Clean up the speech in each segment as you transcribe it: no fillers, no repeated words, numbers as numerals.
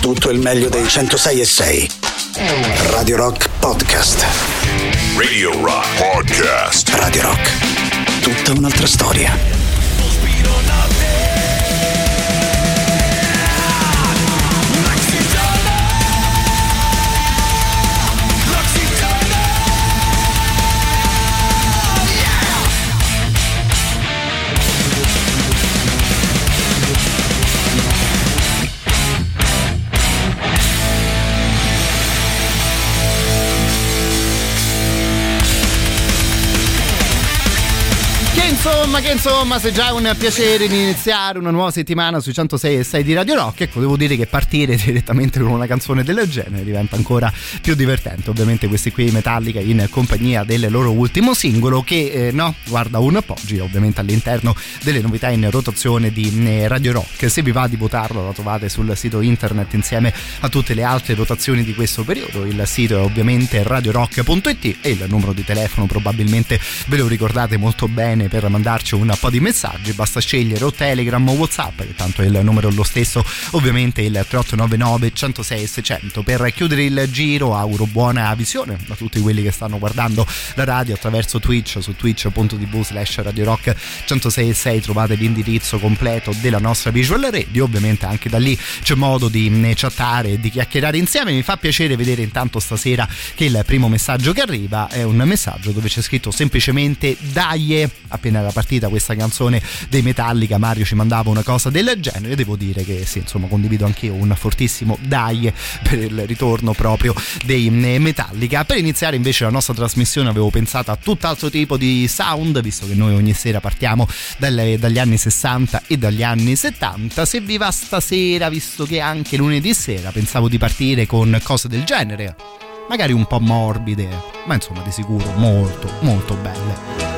tutto il meglio dei 106.6. Radio Rock Podcast. Radio Rock Podcast. Radio Rock. Tutta un'altra storia. Che insomma, se già è un piacere di iniziare una nuova settimana sui 106.6 di Radio Rock, ecco, devo dire che partire direttamente con una canzone del genere diventa ancora più divertente. Ovviamente questi qui Metallica in compagnia del loro ultimo singolo che guarda un po' gira ovviamente all'interno delle novità in rotazione di Radio Rock. Se vi va di votarlo la trovate sul sito internet insieme a tutte le altre rotazioni di questo periodo. Il sito è ovviamente radiorock.it e il numero di telefono probabilmente ve lo ricordate molto bene per mandarci un po' di messaggi. Basta scegliere o Telegram o WhatsApp, che tanto il numero è lo stesso, ovviamente il 3899 106 600. Per chiudere il giro auguro buona visione a tutti quelli che stanno guardando la radio attraverso Twitch. Su twitch.tv/Radio Rock 106.6 trovate l'indirizzo completo della nostra visual radio. Ovviamente anche da lì c'è modo di chattare e di chiacchierare insieme. Mi fa piacere vedere intanto stasera che il primo messaggio che arriva è un messaggio dove c'è scritto semplicemente dai. Appena era partita questa canzone dei Metallica, Mario ci mandava una cosa del genere. Devo dire che sì, insomma, condivido anch'io un fortissimo dai per il ritorno proprio dei Metallica. Per iniziare invece la nostra trasmissione avevo pensato a tutt'altro tipo di sound, visto che noi ogni sera partiamo dagli anni 60 e dagli anni 70. Se vi va stasera, visto che anche lunedì sera, pensavo di partire con cose del genere, magari un po' morbide, ma insomma di sicuro molto molto belle.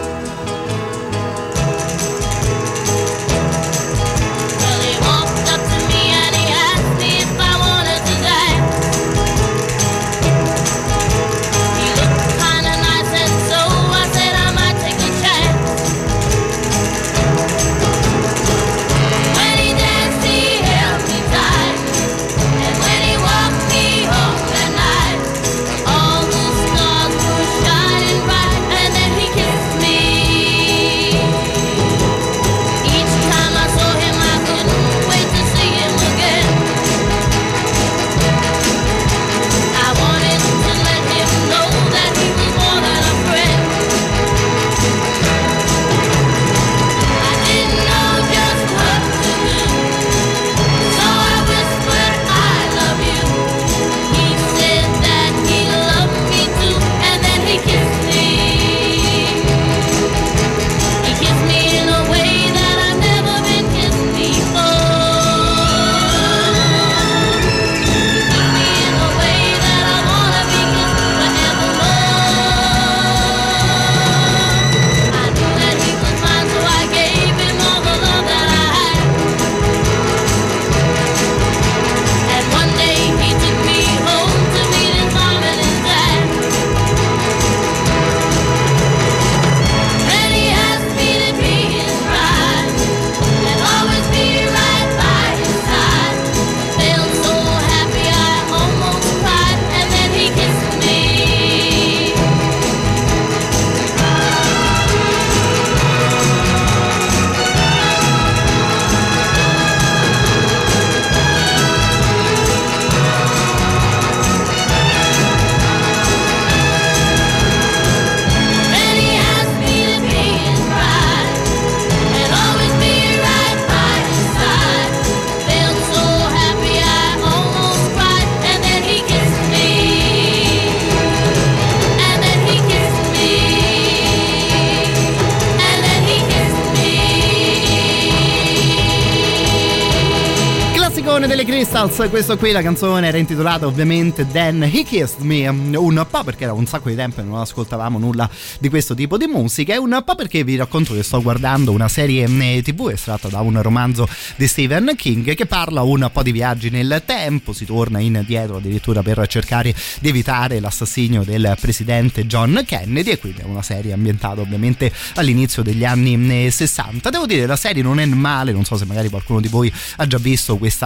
Delle Crystals, questo qui, la canzone era intitolata ovviamente Then He Kissed Me, un po' perché era un sacco di tempo e non ascoltavamo nulla di questo tipo di musica, e un po' perché vi racconto che sto guardando una serie TV estratta da un romanzo di Stephen King che parla un po' di viaggi nel tempo. Si torna indietro addirittura per cercare di evitare l'assassinio del presidente John Kennedy, e quindi è una serie ambientata ovviamente all'inizio degli anni 60. Devo dire, la serie non è male, non so se magari qualcuno di voi ha già visto questa 11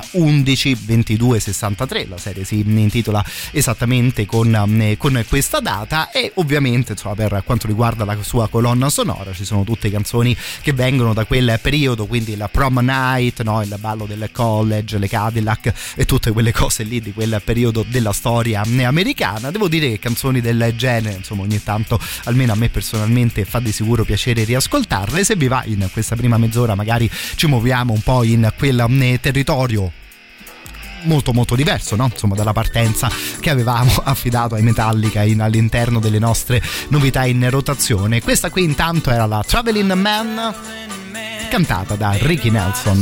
11 22 63, la serie si intitola esattamente con questa data. E ovviamente insomma, per quanto riguarda la sua colonna sonora ci sono tutte canzoni che vengono da quel periodo, quindi la prom night, no? Il ballo del college, le Cadillac e tutte quelle cose lì di quel periodo della storia americana. Devo dire che canzoni del genere insomma ogni tanto, almeno a me personalmente, fa di sicuro piacere riascoltarle. Se vi va, in questa prima mezz'ora magari ci muoviamo un po' in quel territorio molto molto diverso, no? Insomma, dalla partenza che avevamo affidato ai Metallica all'interno delle nostre novità in rotazione. Questa qui intanto era la Traveling Man, cantata da Ricky Nelson.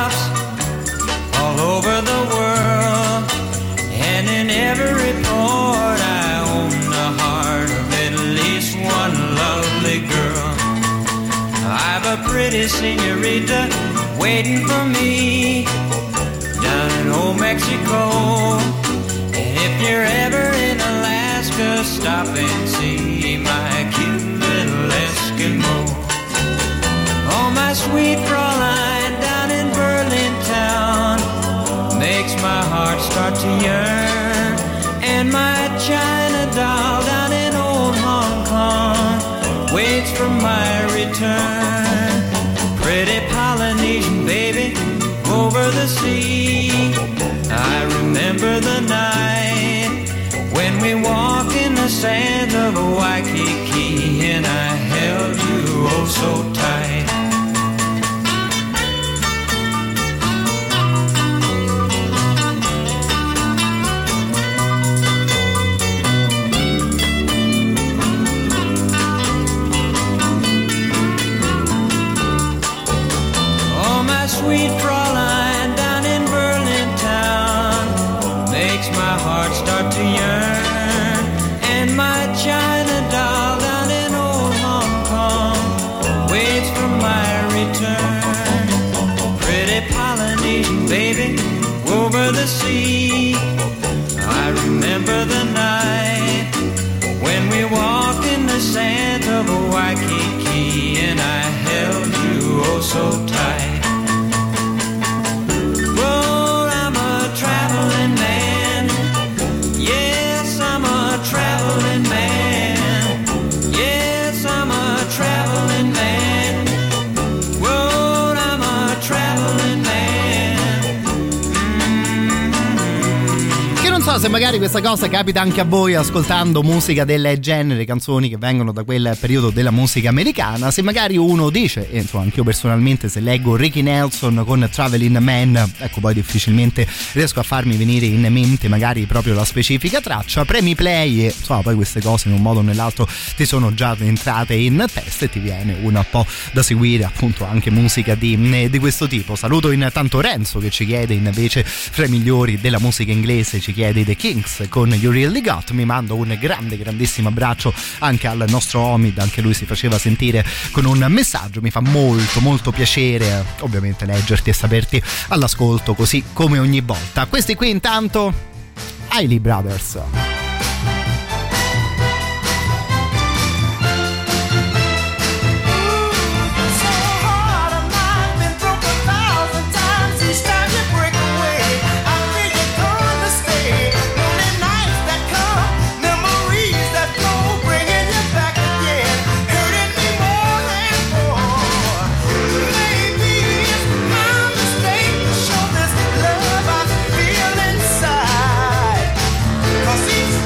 All over the world, and in every port I own the heart of at least one lovely girl. I've a pretty senorita waiting for me down in old Mexico. And if you're ever in Alaska, stop and see my cute little Eskimo. Oh, my sweet Fraulein down in Berlin town makes my heart start to yearn. And my China doll down in old Hong Kong waits for my return. Pretty Polynesian baby over the sea, I remember the night when we walked in the sands of Waikiki, and I held you oh so tight. Oh, my sweet Fraulein down in Berlin town makes my heart start to yearn. And my China doll down in old Hong Kong waits for my return. Pretty Polynesian baby over the sea, I remember the night when we walked in the sands of Waikiki, and I held you oh so tight. Well, I'm a traveling man. Yes, I'm a traveling man. Yes, I'm a traveling man. Well, I'm a traveling man. Che non so se magari questa cosa capita anche a voi ascoltando musica del genere, canzoni che vengono da quel periodo della musica americana. Se magari uno dice, e insomma anch'io personalmente se leggo Ricky Nelson con Traveling Man, ecco poi difficilmente riesco a farmi venire in mente magari proprio la specifica traccia, premi play e insomma poi queste cose in un modo o nell'altro ti sono già entrate in testa e ti viene un po' da seguire appunto anche musica di questo tipo. Saluto intanto Renzo che ci chiede invece fra i migliori della musica inglese, ci chiede The Kings con You Really Got Me. Mando un grandissimo abbraccio anche al nostro Omid, anche lui si faceva sentire con un messaggio. Mi fa molto molto piacere ovviamente leggerti e saperti all'ascolto così come ogni volta. Questi qui intanto Hailey Brothers. Cause each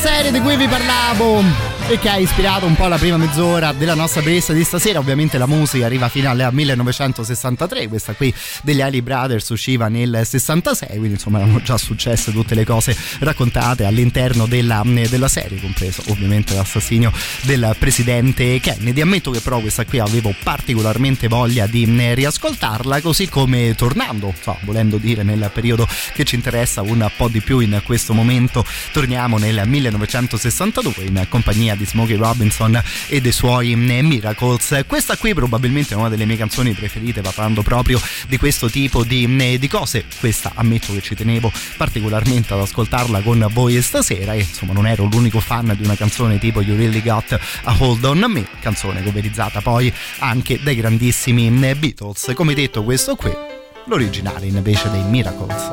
serie di cui vi parlavo e che ha ispirato un po' la prima mezz'ora della nostra playlist di stasera. Ovviamente la musica arriva fino al 1963, questa qui degli Alley Brothers usciva nel 66, quindi insomma erano già successe tutte le cose raccontate all'interno della serie, compreso ovviamente l'assassinio del presidente Kennedy. Ammetto che però questa qui avevo particolarmente voglia di riascoltarla, così come tornando, volendo dire nel periodo che ci interessa un po' di più in questo momento, torniamo nel 1962 in compagnia di Smokey Robinson e dei suoi Miracles. Questa qui probabilmente è una delle mie canzoni preferite, parlando proprio di questo tipo di cose. Questa ammetto che ci tenevo particolarmente ad ascoltarla con voi stasera, e insomma non ero l'unico fan di una canzone tipo You Really Got a Hold on Me, canzone coverizzata poi anche dai grandissimi Beatles. Come detto, questo qui l'originale invece dei Miracles.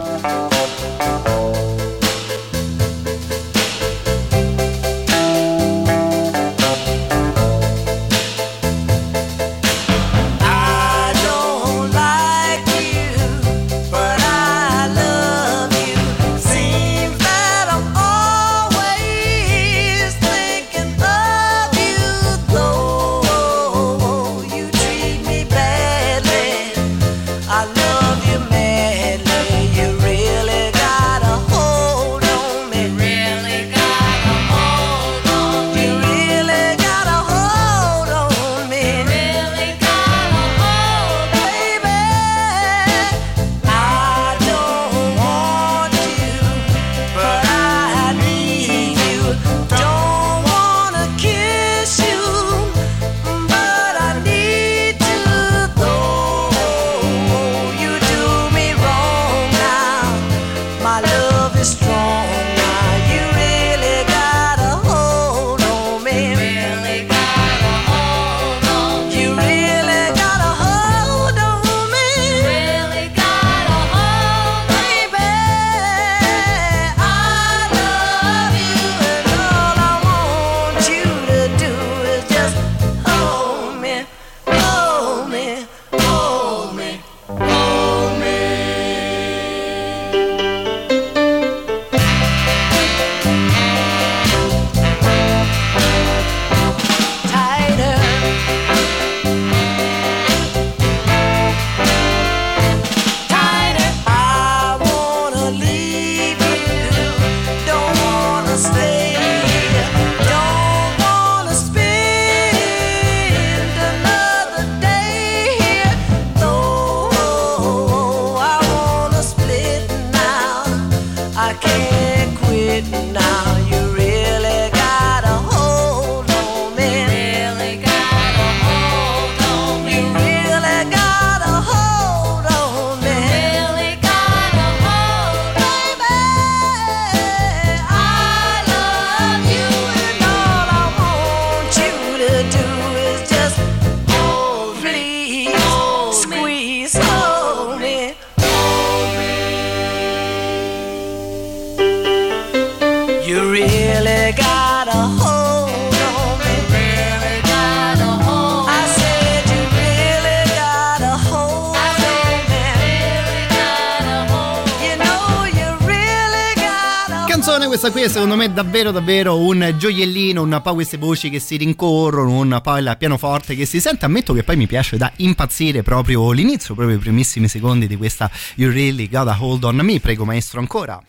Questa qui è secondo me davvero un gioiellino, un po' queste voci che si rincorrono, un po' il pianoforte che si sente. Ammetto che poi mi piace da impazzire proprio l'inizio, proprio i primissimi secondi di questa You Really Gotta Hold On Me. Prego maestro, ancora.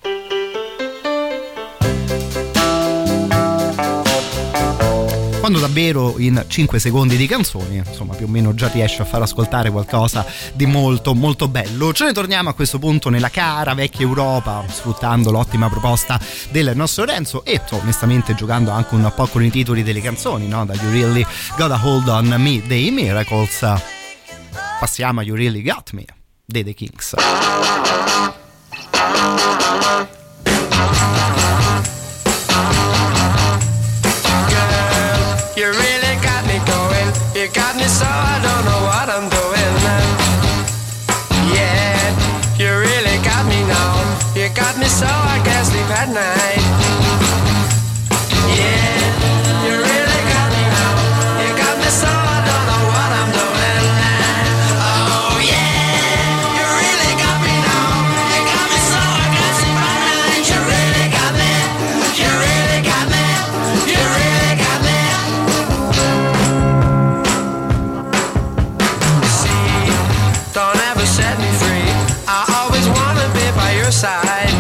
Quando davvero in 5 secondi di canzone, insomma, più o meno già riesce a far ascoltare qualcosa di molto molto bello. Ce ne torniamo a questo punto nella cara vecchia Europa, sfruttando l'ottima proposta del nostro Renzo e onestamente giocando anche un po' con i titoli delle canzoni, no? Da You Really Gotta Hold On Me dei Miracles passiamo a You Really Got Me dei The Kings. You really got me going. You got me so I don't know what I'm doing. Yeah, you really got me now. You got me so I can't sleep at night. Yeah, you really got me now. You got me so I don't know what I'm doing. Oh yeah, you really got me now. You got me so I can't sleep at night. You really got me. You really got me. your side.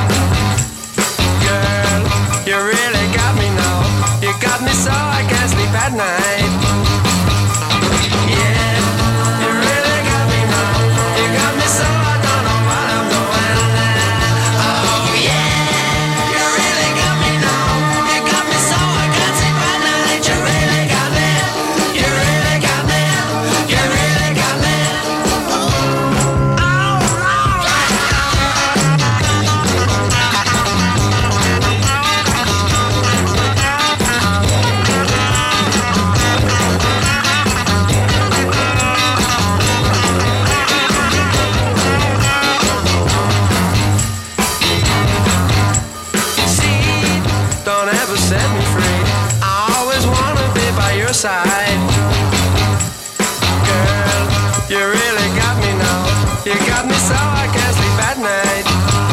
Girl, you really got me now. You got me so I can't sleep at night. Yeah, you really got me now. You got me so I don't know what I'm doing. Oh yeah, you really got me now. You got me so I can't sleep at night. You really got me. You really got me. You really got me. Set me free. I always wanna be by your side. Girl, you really got me now. You got me so I can't sleep at night.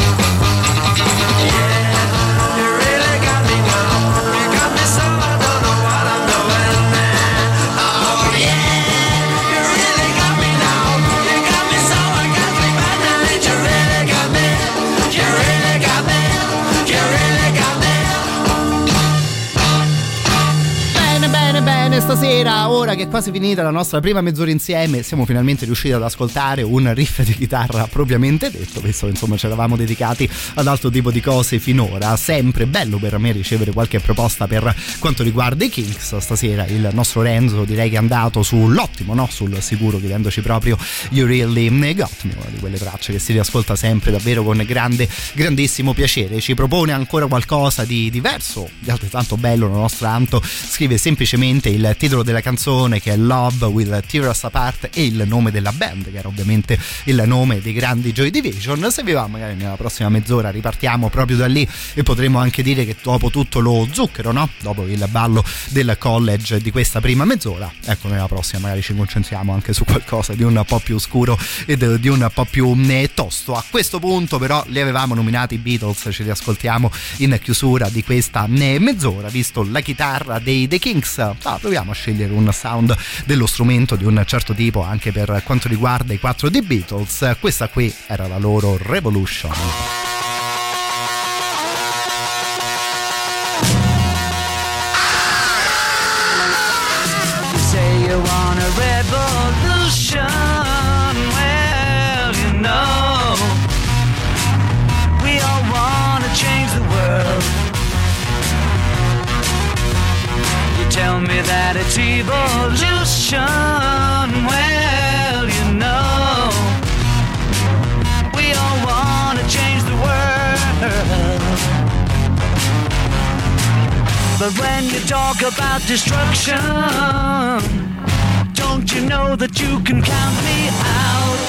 Yeah, you really got me now. You got me so I don't know what I'm doing. Oh yeah, you really got me now. You got me so I can't sleep at night. You really got me. You really got me. You really got me. Bene, stasera, ora che è quasi finita la nostra prima mezz'ora insieme, siamo finalmente riusciti ad ascoltare un riff di chitarra propriamente detto, visto che insomma ci eravamo dedicati ad altro tipo di cose finora. Sempre bello per me ricevere qualche proposta per quanto riguarda i Kinks. Stasera il nostro Renzo direi che è andato sull'ottimo, no? Sul sicuro, chiedendoci proprio You Really Got Me, una di quelle tracce che si riascolta sempre davvero con grandissimo piacere. Ci propone ancora qualcosa di diverso, di altrettanto bello. La nostra Anto scrive semplicemente il titolo della canzone, che è Love Will Tear Us Apart, e il nome della band, che era ovviamente il nome dei grandi Joy Division. Se vi va, magari nella prossima mezz'ora ripartiamo proprio da lì e potremo anche dire che dopo tutto lo zucchero, no? Dopo il ballo del college di questa prima mezz'ora, ecco, nella prossima magari ci concentriamo anche su qualcosa di un po' più scuro e di un po' più tosto. A questo punto però li avevamo nominati i Beatles, ce li ascoltiamo in chiusura di questa mezz'ora, visto la chitarra dei The Kinks. Proviamo a scegliere un sound dello strumento di un certo tipo anche per quanto riguarda i 4 The Beatles. Questa qui era la loro Revolution. You say you want a revolution, well, you know, we all want to change the world. Tell me that it's evolution, well, you know, we all want to change the world. But when you talk about destruction, don't you know that you can count me out?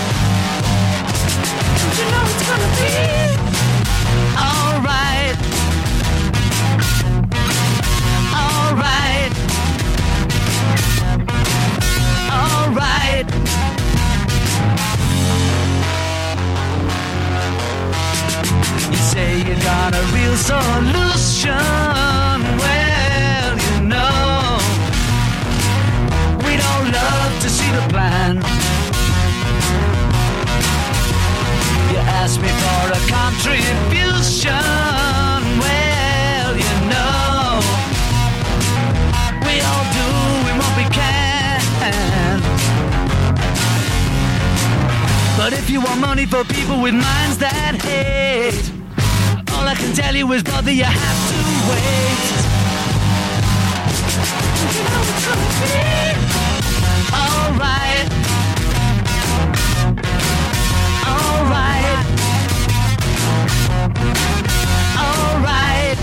Don't you know it's gonna be alright? Alright, alright. You say you got a real solution, well, you know, we'd all love to see the plan. You ask me for a contribution, well, you know, we all doing what we can. But if you want money for people with minds that hate, all I can tell you is, brother, you have to wait. You know it's gonna be alright. Alright. Alright.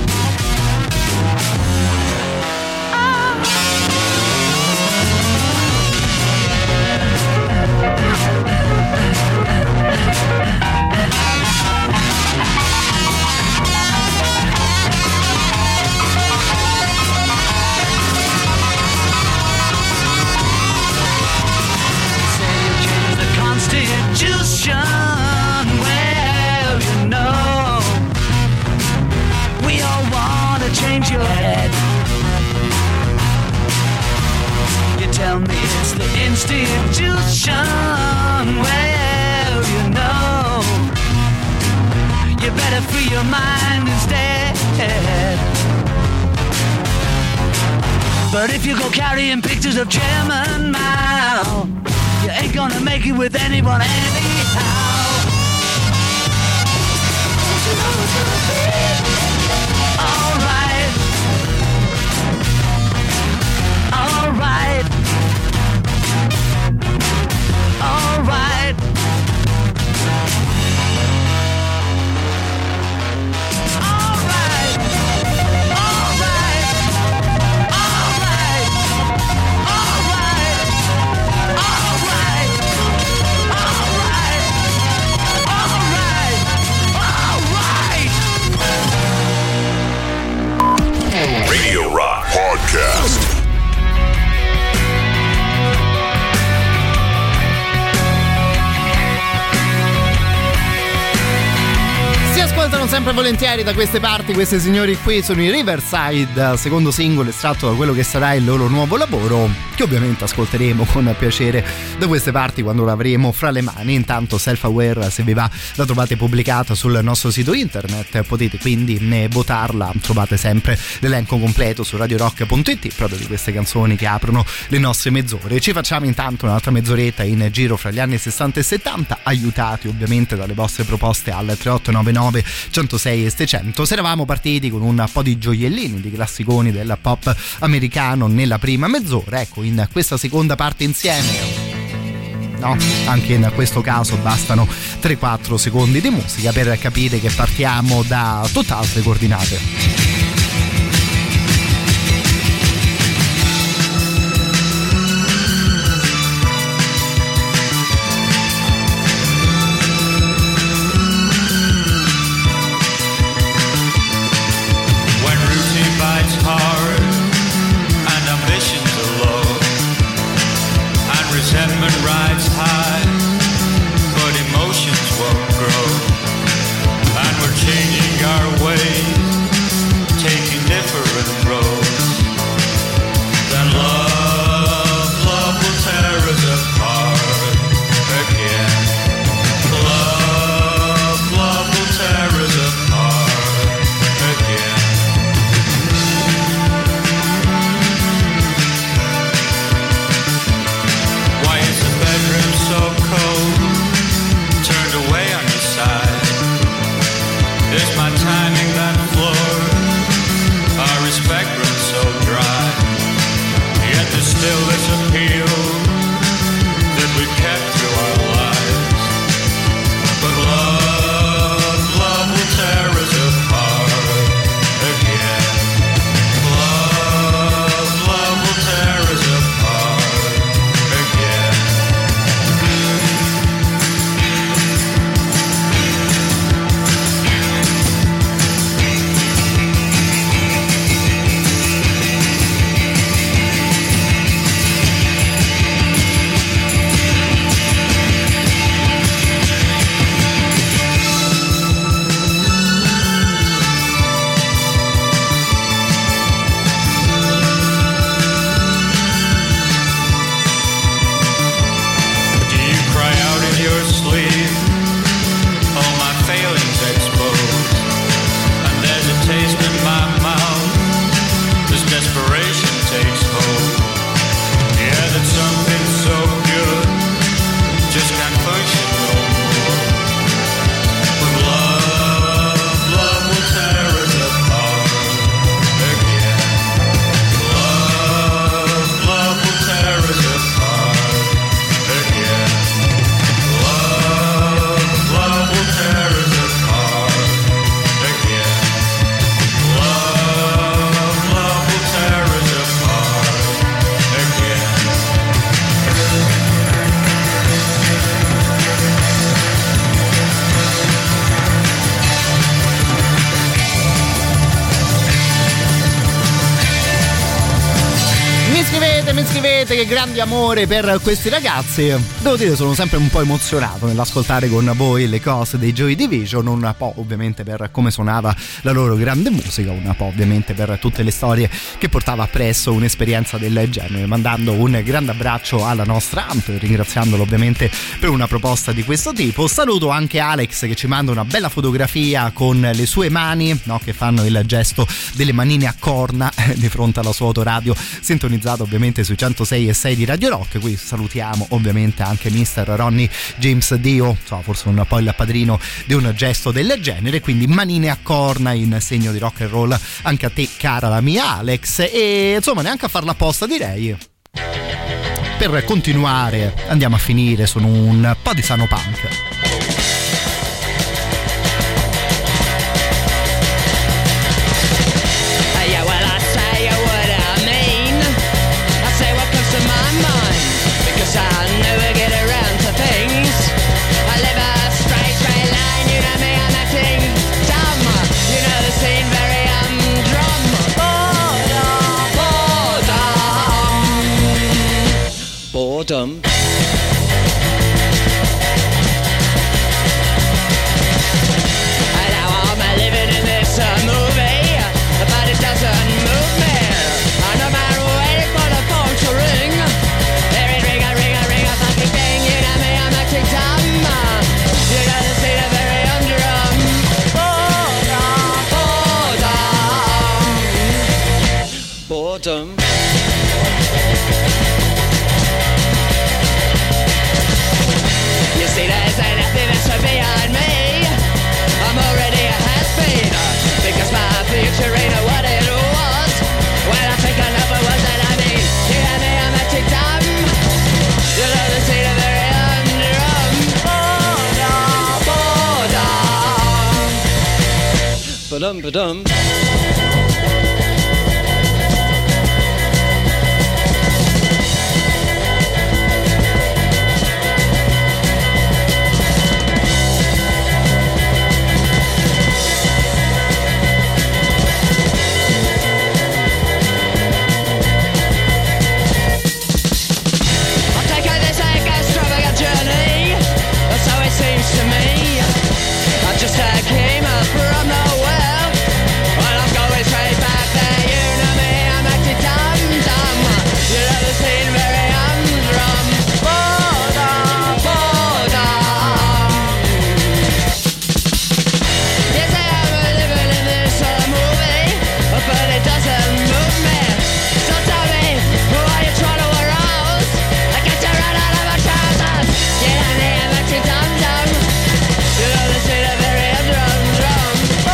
Constitution, well, you know, we all want to change your head. You tell me it's the institution, well, you know, to free your mind instead. But if you go carrying pictures of Chairman Mao, you ain't gonna make it with anyone anyhow. Alright. Alright. Alright. Radio Rock Podcast. Si ascoltano sempre volentieri da queste parti, questi signori qui sono i Riverside, secondo singolo estratto da quello che sarà il loro nuovo lavoro, che ovviamente ascolteremo con piacere da queste parti quando l'avremo fra le mani. Intanto Self Aware, se vi va, la trovate pubblicata sul nostro sito internet, potete quindi votarla, trovate sempre l'elenco completo su radiorock.it proprio di queste canzoni che aprono le nostre mezz'ore. Ci facciamo intanto un'altra mezz'oretta in giro fra gli anni 60 e 70, aiutati ovviamente dalle vostre proposte al 3899 106 e 600. Se eravamo partiti con un po' di gioiellini, di classiconi del pop americano nella prima mezz'ora, ecco, in questa seconda parte insieme, no, anche in questo caso bastano 3-4 secondi di musica per capire che partiamo da tutt'altre coordinate. Hard and ambitions are low and resentment rides high, but emotions won't grow, and we're changing our ways scrivete che grande amore per questi ragazzi. Devo dire, sono sempre un po' emozionato nell'ascoltare con voi le cose dei Joy Division, un po' ovviamente per come suonava la loro grande musica, un po' ovviamente per tutte le storie che portava appresso un'esperienza del genere. Mandando un grande abbraccio alla nostra Anto e ringraziandolo ovviamente per una proposta di questo tipo. Saluto anche Alex che ci manda una bella fotografia con le sue mani, no, che fanno il gesto delle manine a corna di fronte alla sua autoradio sintonizzata ovviamente sui 106.6 di Radio Rock. Qui salutiamo ovviamente anche Mr. Ronnie James Dio, forse un po' il padrino di un gesto del genere, quindi manine a corna in segno di rock and roll anche a te, cara la mia Alex. E insomma, neanche a farla apposta, direi. Per continuare andiamo a finire su un po' di sano punk. Boredom. And now I'm living in this movie, but it doesn't move me. And no matter waiting for the phone to ring, there is ring a fucking thing. You know me, I'm acting dumb. You gotta see the very humdrum. Boredom. You see, there's nothing that's beyond me. I'm already a has-been, because my future ain't what it was. When I think I know what was that I mean. You hear me, I'm acting dumb. You know the scene of very humdrum. Boredom. Ba-dum. Seems to me I just came up from nowhere. Well, I'm going straight back there. You know me, I'm acting dumb. You know the scene very humdrum. Boredom. Yes, I am living in this movie, but it doesn't move me. So tell me, who are you trying to arouse? I got to run out of my trousers. You know me, I'm acting dumb. You know the scene of very humdrum.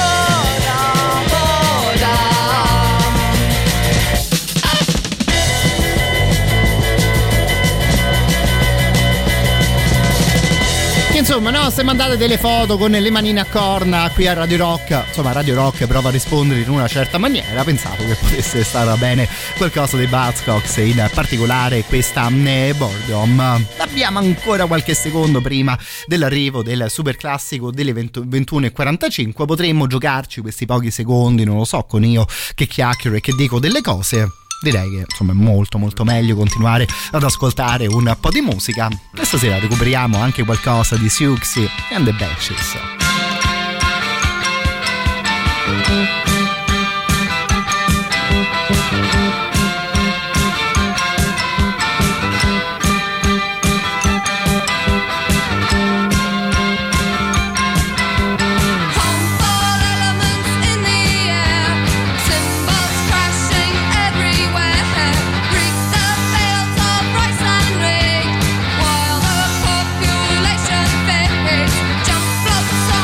Insomma, no, se mandate delle foto con le manine a corna qui a Radio Rock, insomma Radio Rock prova a rispondere in una certa maniera. Pensavo che potesse stare bene qualcosa dei Buzzcocks, in particolare questa Boredom. Abbiamo ancora qualche secondo prima dell'arrivo del super classico delle 21:45. Potremmo giocarci questi pochi secondi, non lo so, con io che chiacchiero e che dico delle cose. Direi che insomma è molto molto meglio continuare ad ascoltare un po' di musica. Questa sera recuperiamo anche qualcosa di Siouxsie and the Banshees. Jump floats on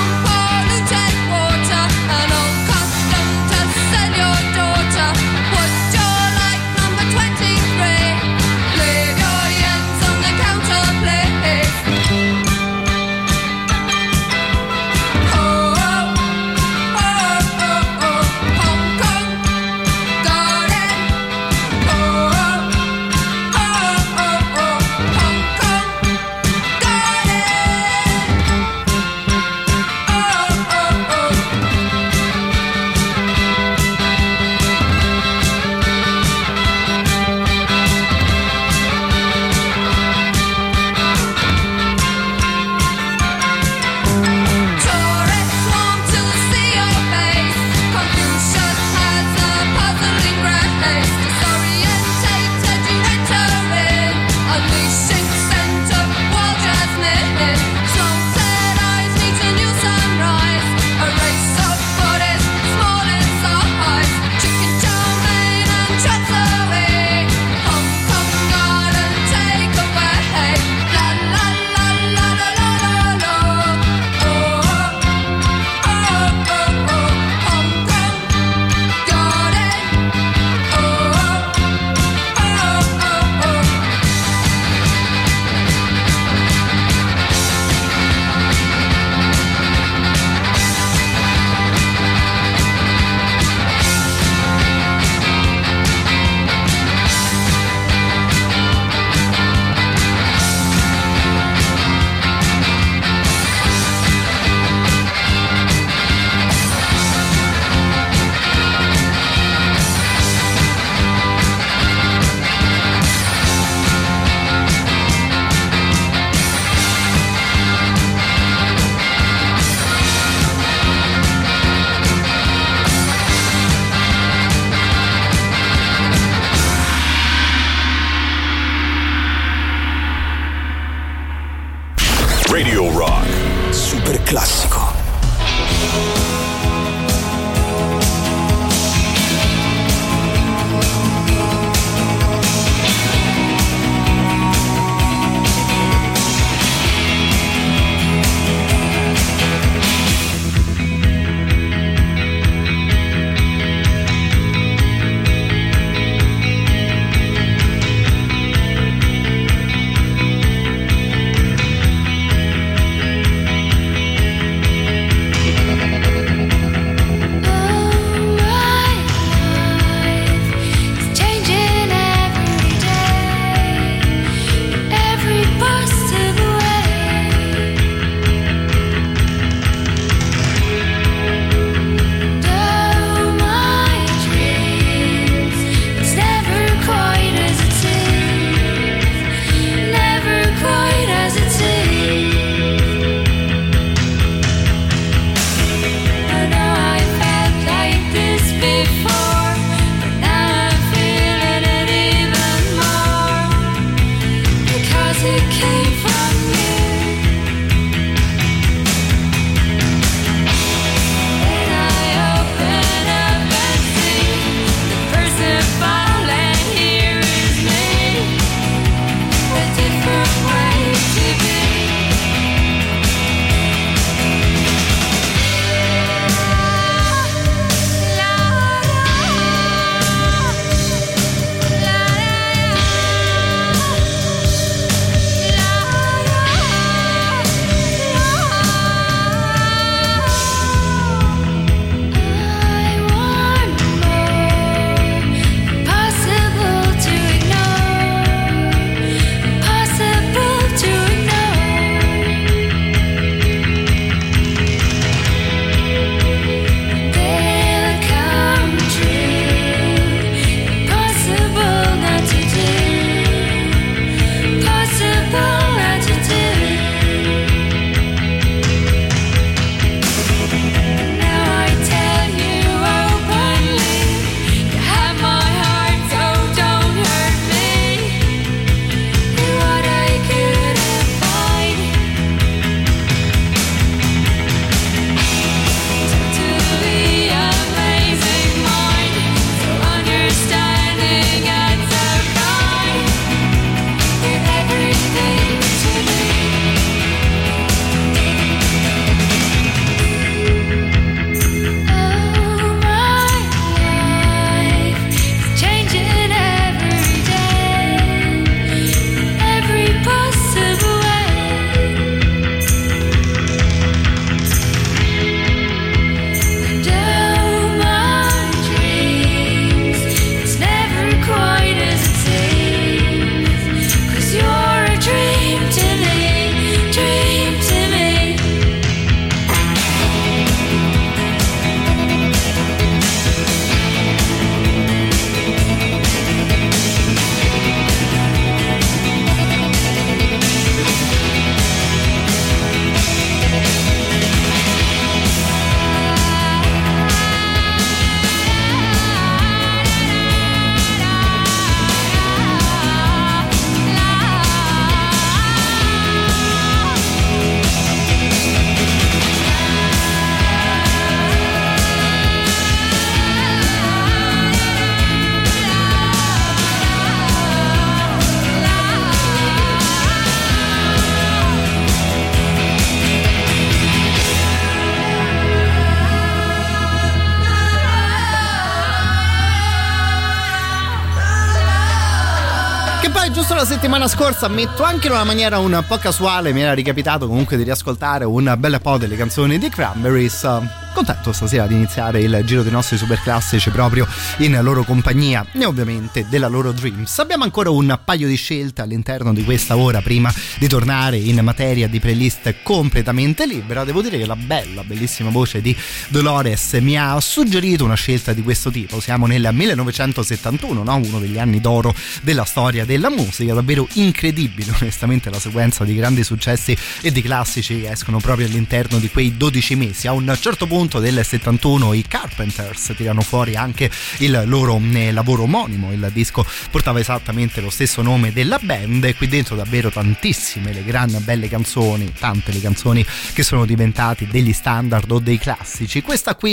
E poi giusto la settimana scorsa, ammetto anche in una maniera un po' casuale, mi era ricapitato comunque di riascoltare un bel po' delle canzoni di Cranberries. Contento stasera di iniziare il giro dei nostri super classici proprio in loro compagnia e ovviamente della loro Dreams. Abbiamo ancora un paio di scelte all'interno di questa ora prima di tornare in materia di playlist completamente libera. Devo dire che la bellissima voce di Dolores mi ha suggerito una scelta di questo tipo. Siamo nel 1971, no? Uno degli anni d'oro della storia della musica, davvero incredibile onestamente la sequenza di grandi successi e di classici che escono proprio all'interno di quei 12 mesi. A un certo punto del 71 i Carpenters tirano fuori anche il loro lavoro omonimo, il disco portava esattamente lo stesso nome della band e qui dentro davvero tantissime le gran belle canzoni, tante le canzoni che sono diventati degli standard o dei classici. Questa qui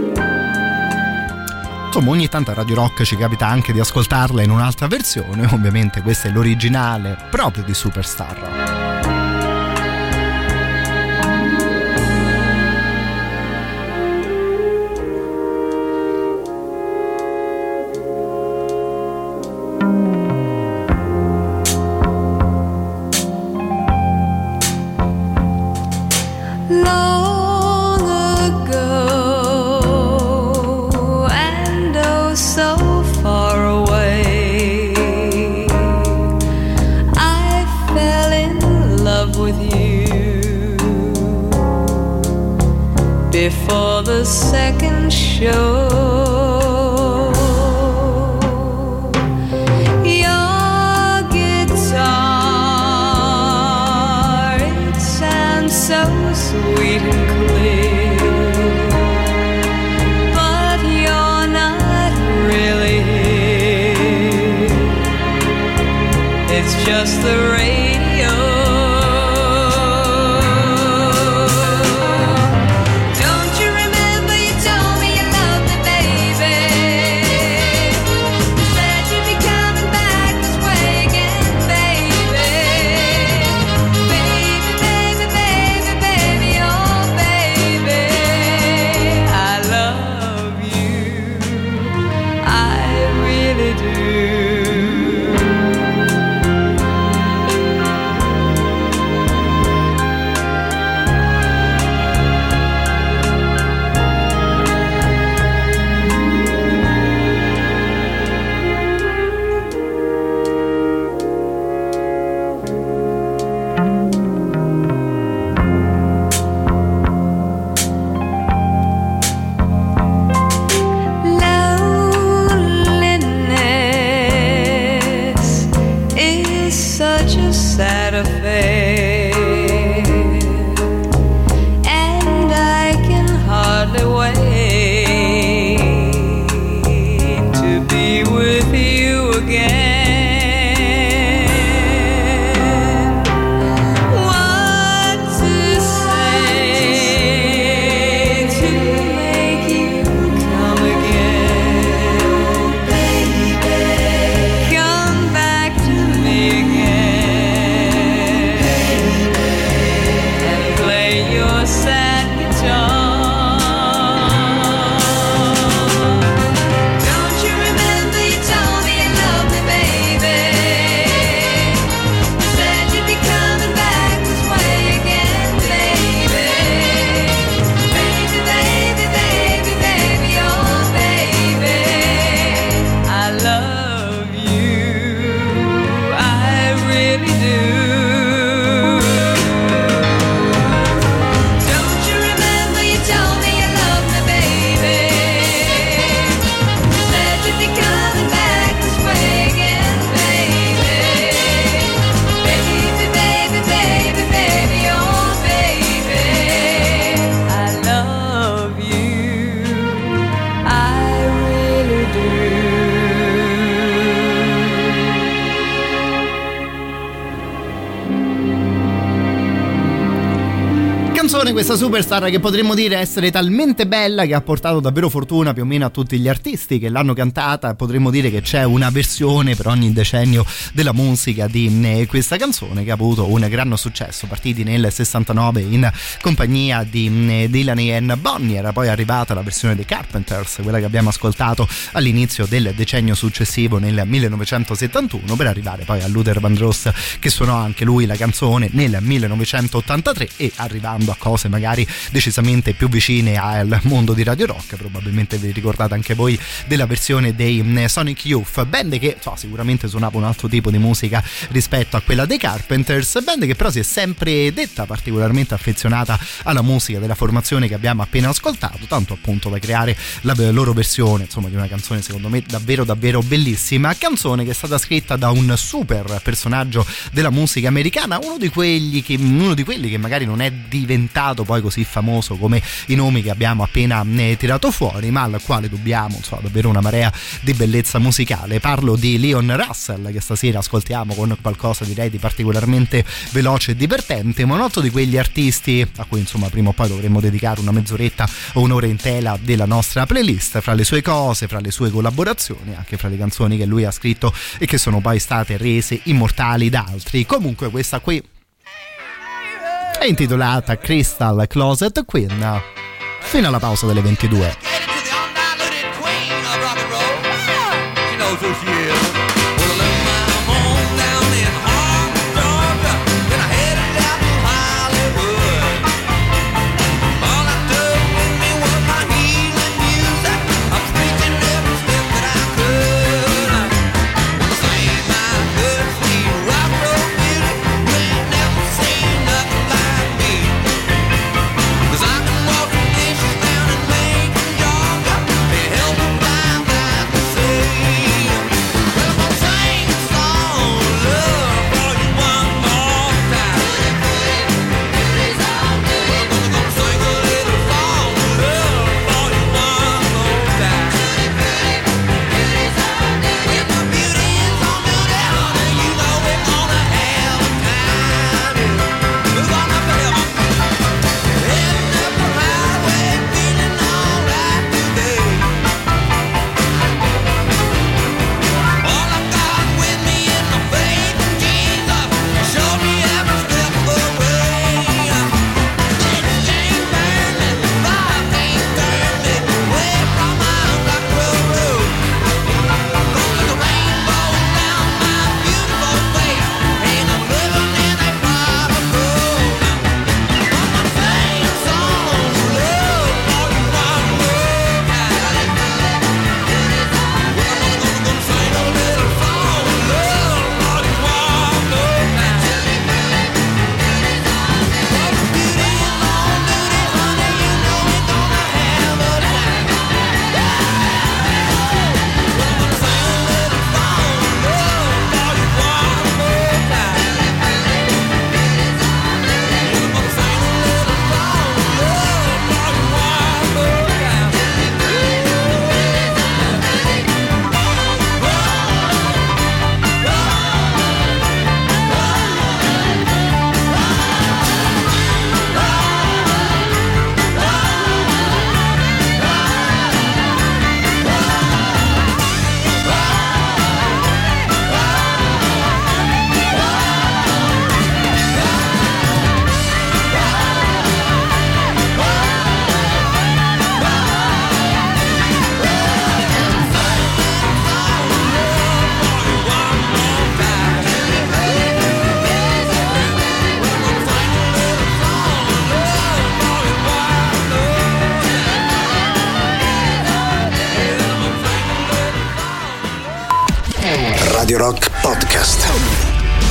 insomma ogni tanto a Radio Rock ci capita anche di ascoltarla in un'altra versione, ovviamente questa è l'originale proprio di Superstar. Before the second show, your guitar, it sounds so sweet and clear, but you're not really here. It's just the radio. canzone, questa Superstar, che potremmo dire essere talmente bella che ha portato davvero fortuna più o meno a tutti gli artisti che l'hanno cantata. Potremmo dire che c'è una versione per ogni decennio della musica di questa canzone, che ha avuto un gran successo, partiti nel 69 in compagnia di Dylan e Bonnie. Era poi arrivata la versione dei Carpenters, quella che abbiamo ascoltato all'inizio del decennio successivo nel 1971, per arrivare poi a Luther Vandross, che suonò anche lui la canzone nel 1983, e arrivando a cose magari decisamente più vicine al mondo di Radio Rock. Probabilmente vi ricordate anche voi della versione dei Sonic Youth, band che sicuramente suonava un altro tipo di musica rispetto a quella dei Carpenters, band che però si è sempre detta particolarmente affezionata alla musica della formazione che abbiamo appena ascoltato, tanto appunto da creare la loro versione, insomma, di una canzone secondo me davvero davvero bellissima, canzone che è stata scritta da un super personaggio della musica americana, uno di quelli che magari non è diventato poi così famoso come i nomi che abbiamo appena tirato fuori, ma al quale dobbiamo davvero una marea di bellezza musicale. Parlo di Leon Russell, che stasera ascoltiamo con qualcosa direi di particolarmente veloce e divertente, ma un altro di quegli artisti a cui insomma prima o poi dovremmo dedicare una mezz'oretta o un'ora intera della nostra playlist, fra le sue cose, fra le sue collaborazioni, anche fra le canzoni che lui ha scritto e che sono poi state rese immortali da altri. Comunque questa qui è intitolata Crystal Closet Queen, fino alla pausa delle 22. Radio Rock Podcast.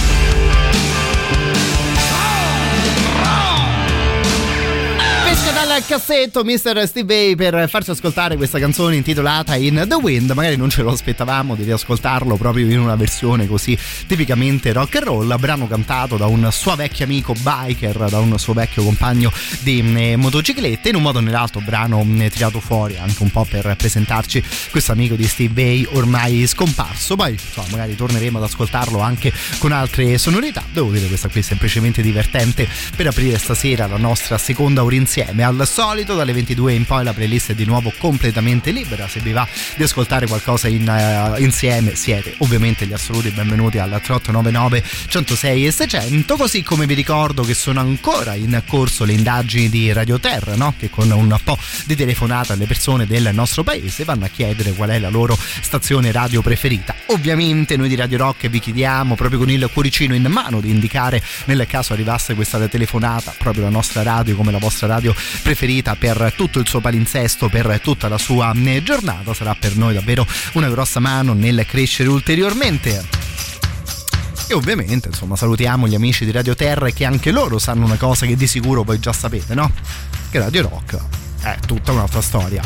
Dalla cassetto Mr. Steve Vai per farci ascoltare questa canzone intitolata In the Wind. Magari non ce lo aspettavamo di riascoltarlo proprio in una versione così tipicamente rock and roll, brano cantato da un suo vecchio amico biker, da un suo vecchio compagno di motociclette, in un modo o nell'altro brano tirato fuori anche un po' per presentarci questo amico di Steve Vai ormai scomparso. Poi insomma magari torneremo ad ascoltarlo anche con altre sonorità. Devo dire questa qui è semplicemente divertente per aprire stasera la nostra seconda ora insieme. Al solito dalle 22 in poi la playlist è di nuovo completamente libera, se vi va di ascoltare qualcosa insieme siete ovviamente gli assoluti benvenuti al 3899 106 e 600, così come vi ricordo che sono ancora in corso le indagini di Radio Terra, no? Che con un po' di telefonata alle persone del nostro paese vanno a chiedere qual è la loro stazione radio preferita. Ovviamente noi di Radio Rock vi chiediamo proprio con il cuoricino in mano di indicare, nel caso arrivasse questa telefonata, proprio la nostra radio come la vostra radio preferita per tutto il suo palinsesto, per tutta la sua giornata. Sarà per noi davvero una grossa mano nel crescere ulteriormente. E ovviamente insomma salutiamo gli amici di Radio Terra, che anche loro sanno una cosa che di sicuro voi già sapete, no? Che Radio Rock è tutta un'altra storia.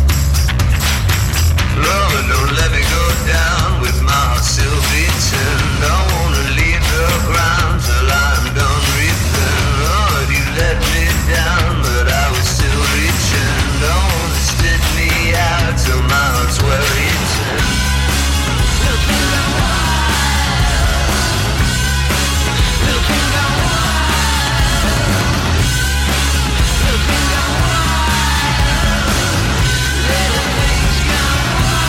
Love, don't let me go down with my heart still beating. Don't wanna leave the ground till I'm done reaping. Lord, you let me down, but I was still reaching. Don't wanna spit me out till my heart's well eaten. Looking down wild, looking down wild, looking down wild, little things gone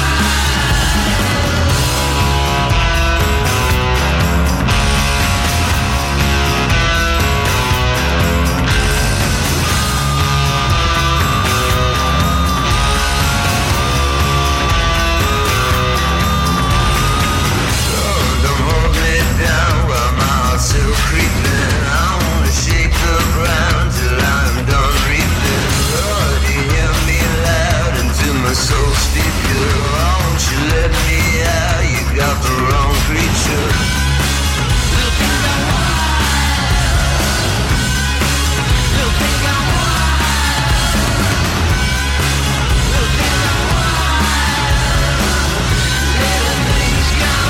still creeping. I wanna shake the ground till I'm done reaping. Lord, you hear me loud until my soul speaking. Won't you let me out? You got the wrong creature. Looking down wild, looking down wild, looking down wild, little things gone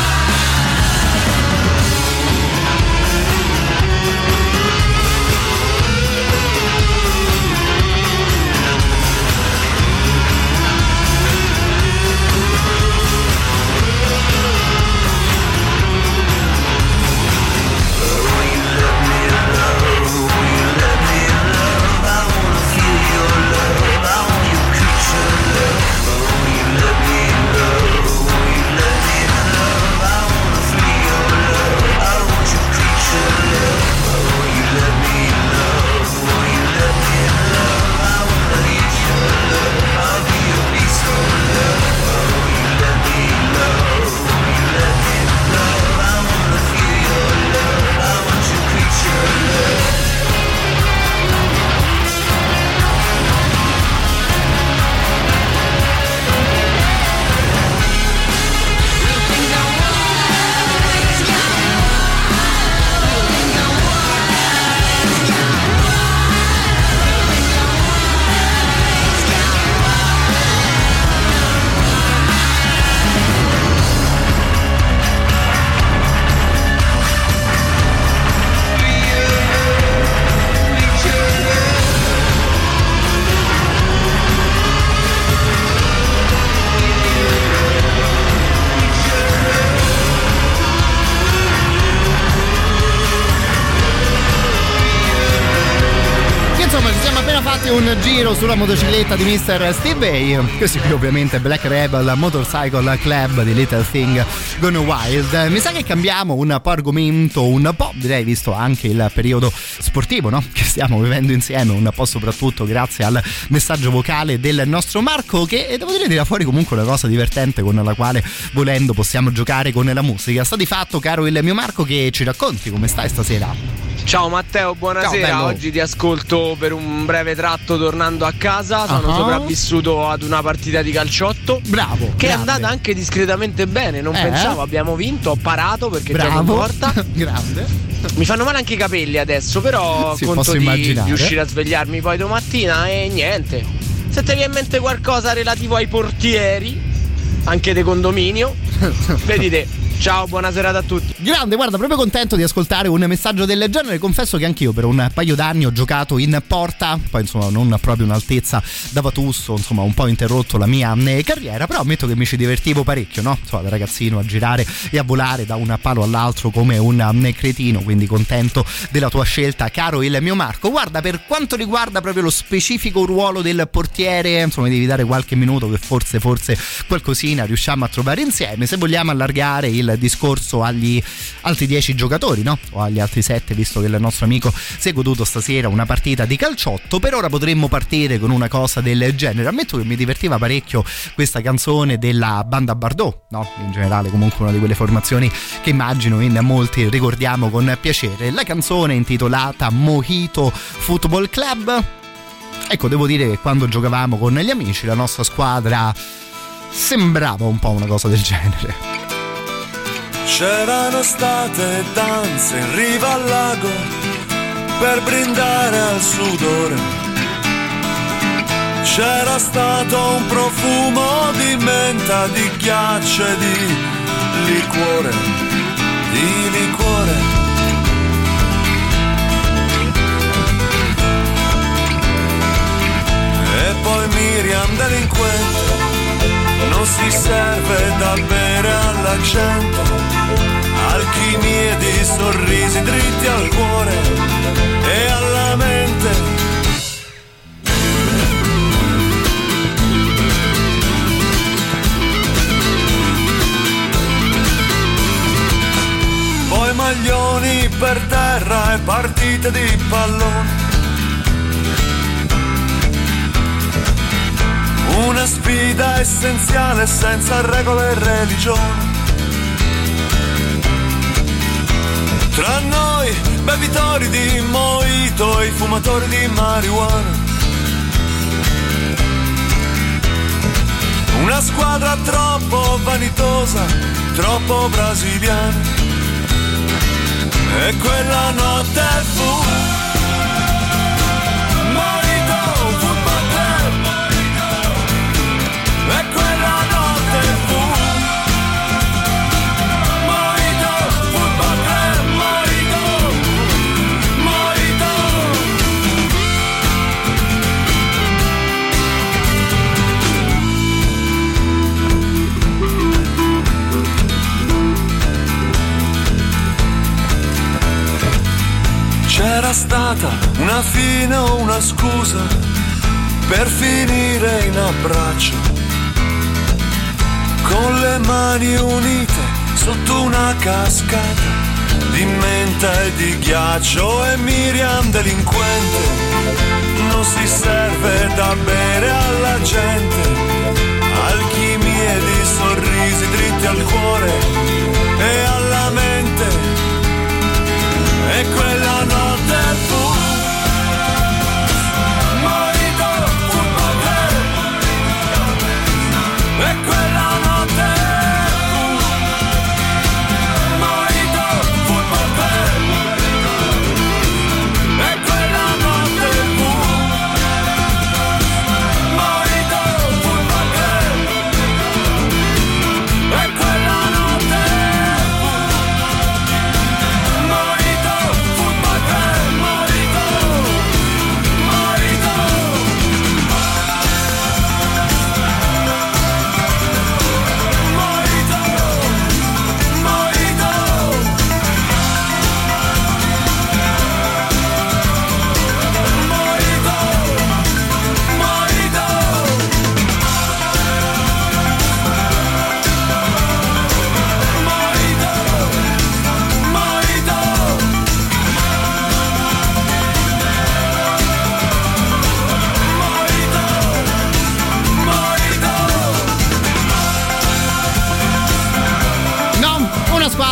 un giro sulla motocicletta di Mr. Steve Vai. Questo qui ovviamente Black Rebel Motorcycle Club di Little Thing Gone Wild. Mi sa che cambiamo un po' argomento, un po' direi, visto anche il periodo sportivo, no? Che stiamo vivendo insieme, un po' soprattutto grazie al messaggio vocale del nostro Marco, che devo dire tira fuori comunque una cosa divertente con la quale volendo possiamo giocare con la musica. Sta di fatto, caro il mio Marco, che ci racconti come stai stasera. Ciao Matteo, buonasera. Ciao, oggi ti ascolto per un breve tratto tornando a casa. Sono sopravvissuto ad una partita di calciotto. Bravo. Che grande. È andata anche discretamente bene. Non pensavo, abbiamo vinto, ho parato perché gioco in porta. Grande. Mi fanno male anche i capelli adesso, però Sì, conto posso di immaginare. riuscire a svegliarmi poi domattina e niente. Se ti viene in mente qualcosa relativo ai portieri, anche di condominio, vedi te. Ciao, buona serata a tutti. Grande, guarda, proprio contento di ascoltare un messaggio del genere. Confesso che anch'io per un paio d'anni ho giocato in porta, poi insomma non proprio un'altezza da Vatusso, insomma un po' interrotto la mia carriera, però ammetto che mi ci divertivo parecchio, no? Insomma, da ragazzino a girare e a volare da un palo all'altro come un cretino, quindi contento della tua scelta, caro il mio Marco. Guarda, per quanto riguarda proprio lo specifico ruolo del portiere, insomma devi dare qualche minuto che forse qualcosina riusciamo a trovare insieme, se vogliamo allargare il discorso agli altri 10 giocatori, no? O agli altri 7, visto che il nostro amico si è goduto stasera una partita di calciotto. Per ora potremmo partire con una cosa del genere. Ammetto che mi divertiva parecchio questa canzone della Banda Bardot, no? In generale comunque una di quelle formazioni che immagino in molti ricordiamo con piacere. La canzone intitolata Mojito Football Club. Ecco, devo dire che quando giocavamo con gli amici la nostra squadra sembrava un po' una cosa del genere. C'erano state danze in riva al lago per brindare al sudore. C'era stato un profumo di menta, di ghiaccio e di liquore, E poi Miriam delinquente, non si serve da bere alla gente, alchimie di sorrisi dritti al cuore e alla mente. Poi maglioni per terra e partite di pallone. Una sfida essenziale senza regole e religione. Tra noi, bevitori di mojito e i fumatori di marijuana. Una squadra troppo vanitosa, troppo brasiliana. E quella notte fu Mojito Football Club. E quella notte fu Mojito Football Club. Mojito. C'era stata una fine o una scusa per finire in abbraccio, con le mani unite sotto una cascata di menta e di ghiaccio. E Miriam delinquente, non si serve da bere alla gente, alchimie di sorrisi dritti al cuore e alla mente. E quella notte fu Mojito Football Club. E quella notte fu Mojito Football Club. E quella notte fu Mojito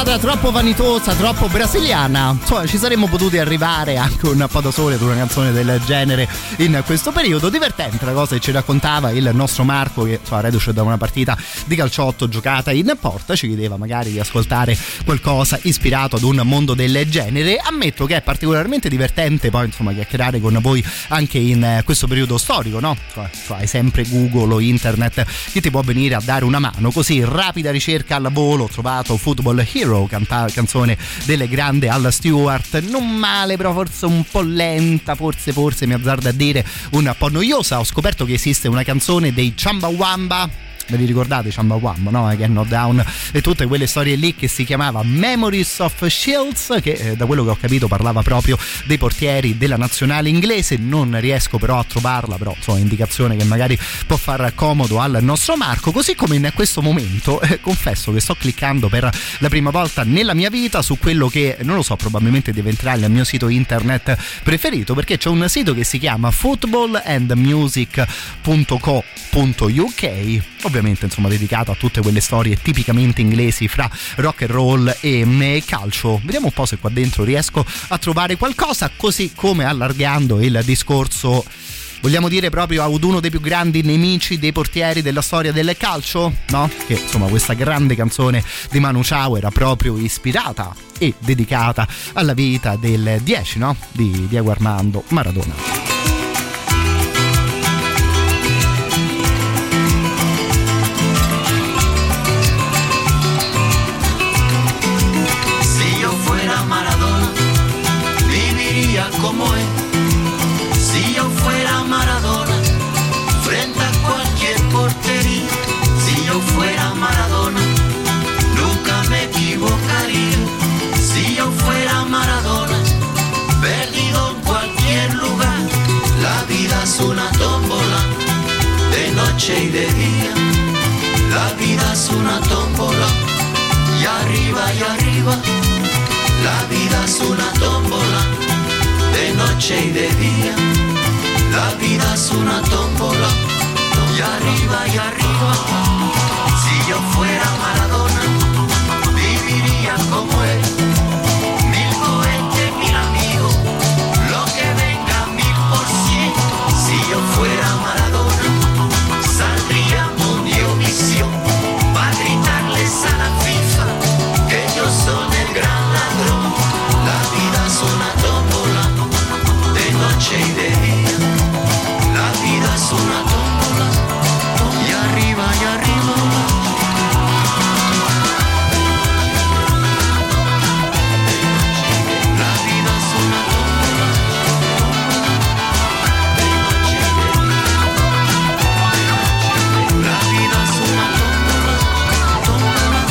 puntata troppo vanitosa, troppo brasiliana. Insomma, ci saremmo potuti arrivare anche un po' da soli ad una canzone del genere in questo periodo. Divertente la cosa che ci raccontava il nostro Marco, che insomma, reduce da una partita di calciotto giocata in porta, ci chiedeva magari di ascoltare qualcosa ispirato ad un mondo del genere. Ammetto che è particolarmente divertente poi insomma chiacchierare con voi anche in questo periodo storico, no? Cioè, hai sempre Google o internet che ti può venire a dare una mano. Così, rapida ricerca al volo, ho trovato Football Hero, canzone del grande Al Stewart, non male, però forse un po' lenta, forse mi azzardo a dire un po' noiosa. Ho scoperto che esiste una canzone dei Chumbawamba. Ve li ricordate Chumbawamba, no? Again Not Down e tutte quelle storie lì, che si chiamava Memories of Shields, che da quello che ho capito parlava proprio dei portieri della nazionale inglese. Non riesco però a trovarla, però insomma indicazione che magari può far comodo al nostro Marco. Così come in questo momento confesso che sto cliccando per la prima volta nella mia vita su quello che, non lo so, probabilmente diventerà il mio sito internet preferito, perché c'è un sito che si chiama footballandmusic.co.uk, ovviamente insomma dedicato a tutte quelle storie tipicamente inglesi fra rock and roll e calcio. Vediamo un po' se qua dentro riesco a trovare qualcosa, così come allargando il discorso, vogliamo dire proprio ad uno dei più grandi nemici dei portieri della storia del calcio, no? Che insomma questa grande canzone di Manu Chao era proprio ispirata e dedicata alla vita del 10, no? Di Diego Armando Maradona. Como él, si yo fuera Maradona, frente a cualquier portería, si yo fuera Maradona, nunca me equivocaría, si yo fuera Maradona, perdido en cualquier lugar, la vida es una tómbola, de noche y de día, la vida es una tómbola, y arriba, la vida es una tómbola, de noche y de día, la vida es una tómbola, y arriba, si yo fuera Maradona, viviría como él, 1000 cohetes, 1000 amigos, lo que venga 1000%, si yo fuera Maradona, saldría Mundiovisión, para gritarles a la FIFA, que ellos son el gran ladrón, la vida es una tómbola, noche y de día, la vida es una tómbola, y arriba, la vida es una tómbola, la vida es una tómbola,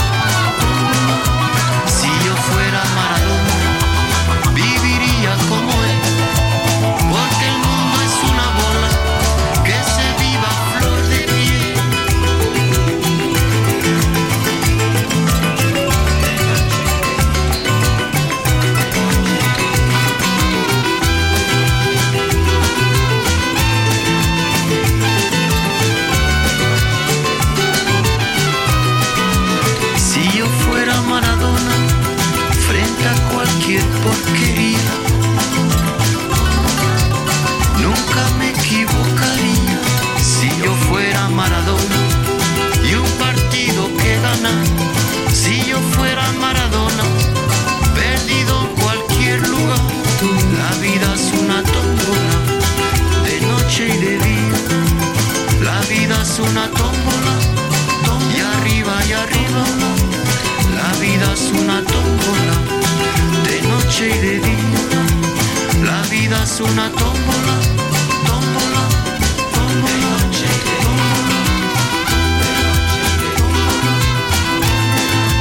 si yo fuera Maradona, viviría como él. Porque el mundo es una bola que se viva a flor de piel. Si yo fuera Maradona, frente a cualquier porquería, nunca me equivocaría, si yo fuera Maradona, y un partido que ganar, si yo fuera Maradona, perdido en cualquier lugar, la vida es una tómbola, de noche y de día, la vida es una tómbola, y arriba, la vida es una tómbola, de noche y de día, la vida es una tómbola, de noche y de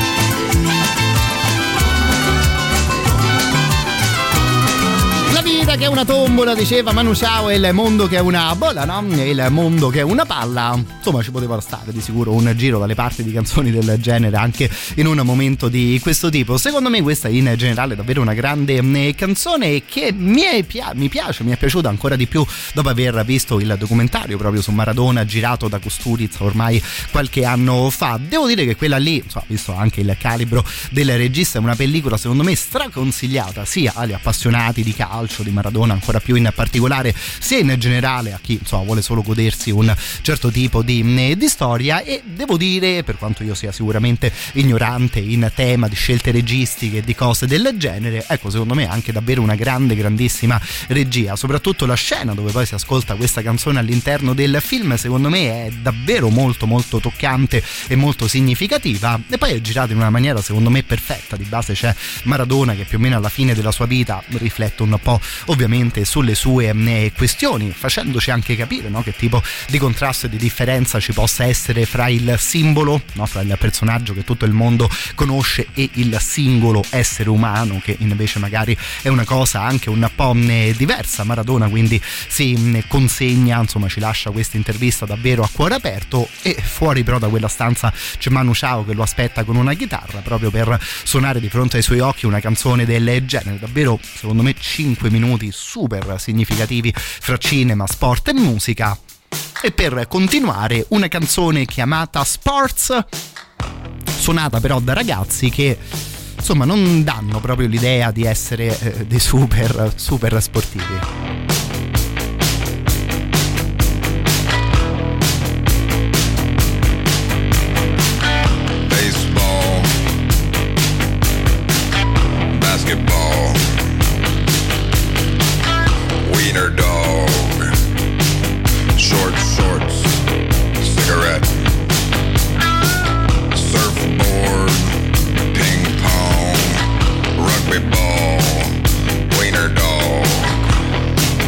La vita che è una tombola, diceva Manu Chao, e il mondo che è una bolla, no? E il mondo che è una palla. Insomma, ci poteva stare di sicuro un giro dalle parti di canzoni del genere anche in un momento di questo tipo. Secondo me questa in generale è davvero una grande canzone che mi è piaciuta ancora di più dopo aver visto il documentario proprio su Maradona girato da Kusturica ormai qualche anno fa. Devo dire che quella lì, insomma, visto anche il calibro del regista, è una pellicola secondo me straconsigliata sia agli appassionati di calcio, di Maradona ancora più in particolare, sia in generale a chi insomma vuole solo godersi un certo tipo di storia. E devo dire, per quanto io sia sicuramente ignorante in tema di scelte registiche e di cose del genere, ecco, secondo me anche davvero una grandissima regia, soprattutto la scena dove poi si ascolta questa canzone all'interno del film, secondo me è davvero molto toccante e molto significativa, e poi è girata in una maniera secondo me perfetta. Di base c'è Maradona che più o meno alla fine della sua vita riflette un po' ovviamente sulle sue questioni, facendoci anche capire, no, che tipo di contrasto e di differenza ci possa essere fra il simbolo, no, fra il personaggio che tutto il mondo conosce e il singolo essere umano che invece magari è una cosa anche un po' diversa. Maradona quindi si consegna, insomma ci lascia questa intervista davvero a cuore aperto, e fuori però da quella stanza c'è Manu Chao che lo aspetta con una chitarra proprio per suonare di fronte ai suoi occhi una canzone del genere. Davvero secondo me 5 minuti super significativi fra cinema, sport e musica. E per continuare una canzone chiamata Sports, suonata però da ragazzi che insomma non danno proprio l'idea di essere dei super sportivi. Basketball, wiener dog, shorts, cigarette, surfboard, ping pong, rugby ball, wiener dog,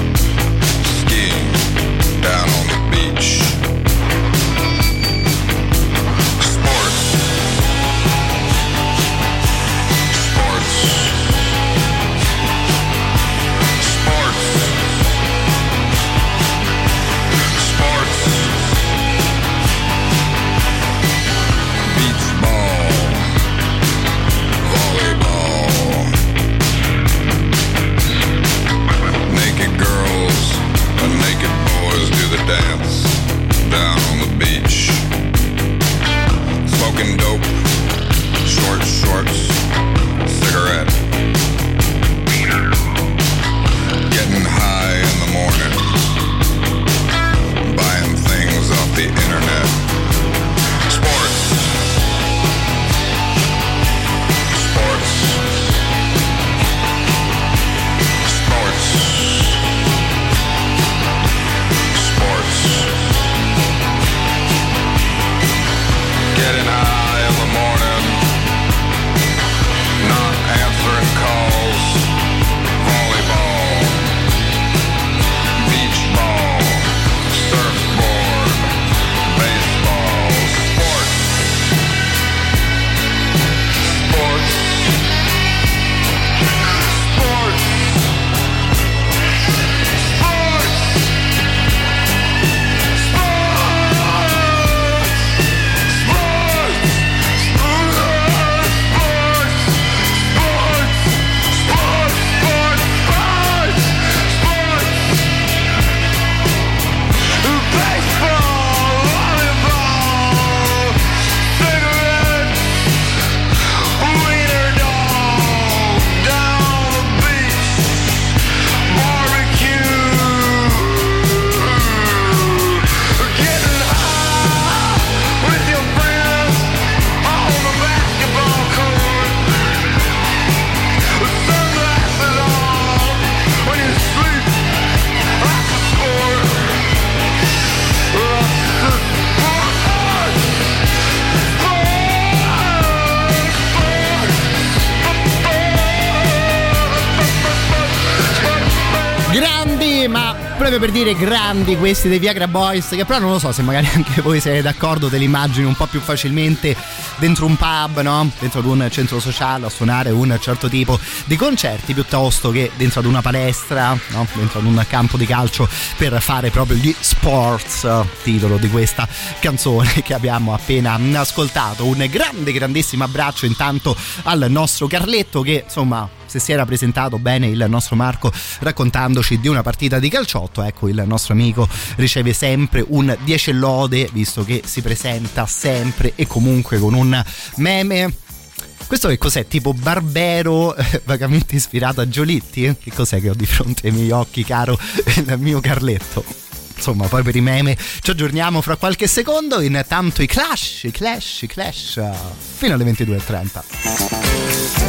proprio per dire grandi questi dei Viagra Boys, che però non lo so se magari anche voi siete d'accordo, te li immagini un po' più facilmente dentro un pub, no? Dentro ad un centro sociale a suonare un certo tipo di concerti piuttosto che dentro ad una palestra, no? Dentro ad un campo di calcio per fare proprio gli sports, titolo di questa canzone che abbiamo appena ascoltato. Un grandissimo abbraccio intanto al nostro Carletto, che insomma, se si era presentato bene il nostro Marco raccontandoci di una partita di calciotto, ecco, il nostro amico riceve sempre un 10 lode, visto che si presenta sempre e comunque con un meme. Questo che cos'è? Tipo Barbero, vagamente ispirato a Giolitti? Che cos'è che ho di fronte ai miei occhi, caro il mio Carletto? Insomma, poi per i meme ci aggiorniamo fra qualche secondo. Intanto i Clash fino alle 22:30.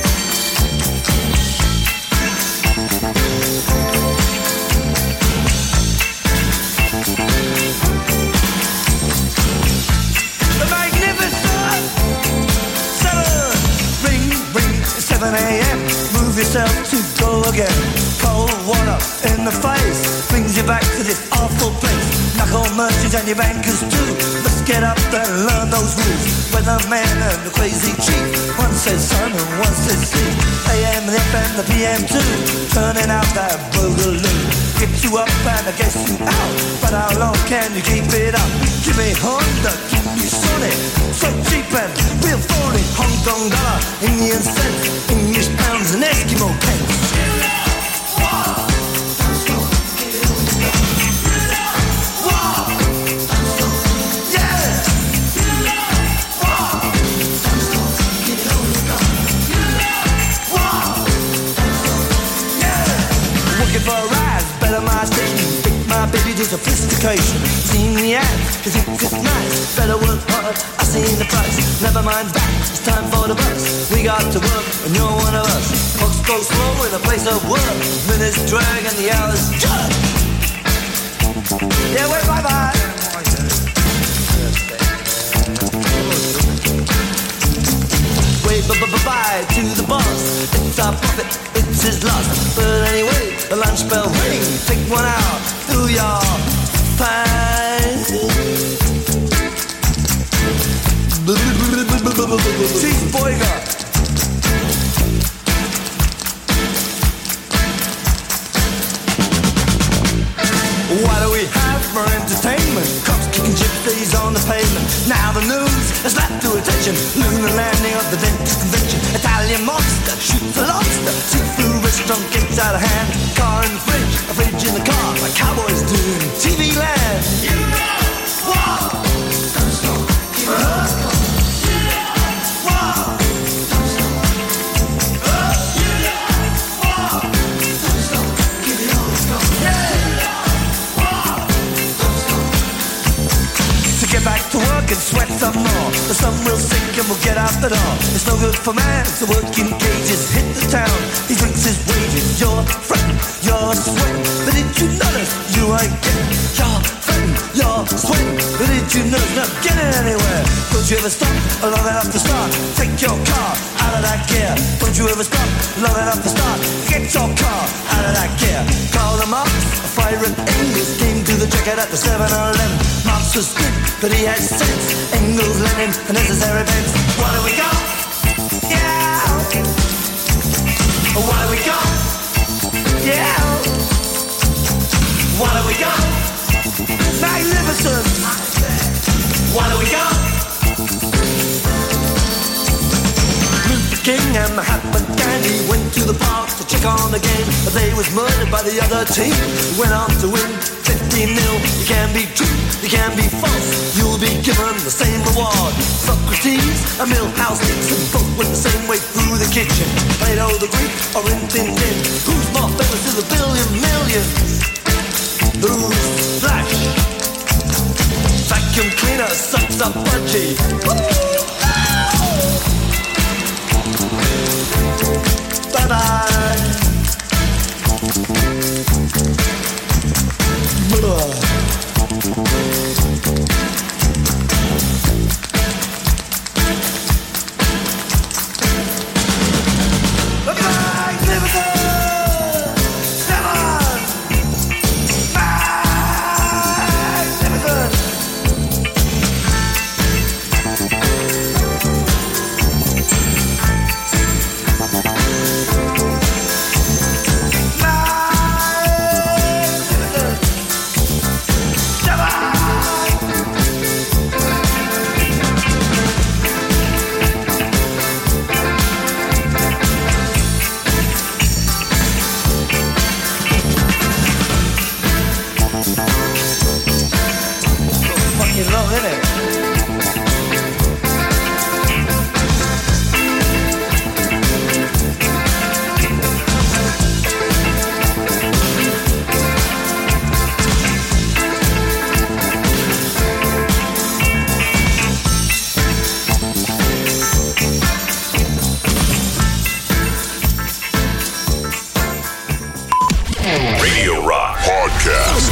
Move yourself to go again. Cold water in the face brings you back to this awful place. Knuckle merchants and your bankers too. Let's get up and learn those rules. Weatherman and the crazy chief. One says sun and one says sea. AM, the FM, the PM too. Turning out that boogaloo. Get you up and I guess you out. But how long can you keep it up? Give me Honda, give me Sony. So cheap and real phony. Hong Kong dollar, Indian cents, English pounds and Eskimo pence. For a rise, better my station. Take my baby to sophistication. Seen the ads, cause it's nice. Better work hard, I seen the price. Never mind that, it's time for the bus. We got to work, and you're one of us. Folks go slow in a place of work. Minutes drag and the hours jerk. Yeah, wait, bye-bye. Wait, bye to the boss. It's our profit, it's his loss. But anyway, the lunch bell ring. Take 1 hour, do your fine. Chief Boyga. What do we have for entertainment? Cops kicking gypsies on the pavement. Now the news has slapped to attention. Lunar landing of the dentist convention. Italian monster shoots a lobster. Seafood restaurant gets out of hand. Car in the fridge, a fridge in the car. Like cowboys do in TV land. You know what? Don't stop, keep it up. You know what? Don't stop. You know what? Don't stop, keep it on. Yeah. Get back to work and sweat some more. The sun will sink and we'll get out the door. It's no good for man, so working cages hit the town. He drinks his wages, you're fretting, you're sweating. But did you notice you ain't getting? You're fretting, you're sweating. But did you notice not getting anywhere? Don't you ever stop long enough to start? Take your car out of that gear. Don't you ever stop long enough to start? Get your car out of that gear. Call them up, a fire and Engels came to the jacket at the 7-Eleven. Marx was good, but he had sense. Engels, Lenin, a necessary events. What do we got? Yeah. What do we got? Yeah. What do we got? Magnificent. What do we got? Luther King and Mahatma Gandhi went to the park to check on the game. They was murdered by the other team. Went on to win 15-0. You can be true, you can be false. You'll be given the same reward. Socrates and Milhouse Nixon both went the same way through the kitchen. Plato the Greek or Rin Tin Tin. Who's more famous to the billion millions? Who's Flash? Vacuum cleaner sucks up budgie. Bye-bye. Magnificent! 7! rock and roll, innit? Radio Rock Podcast.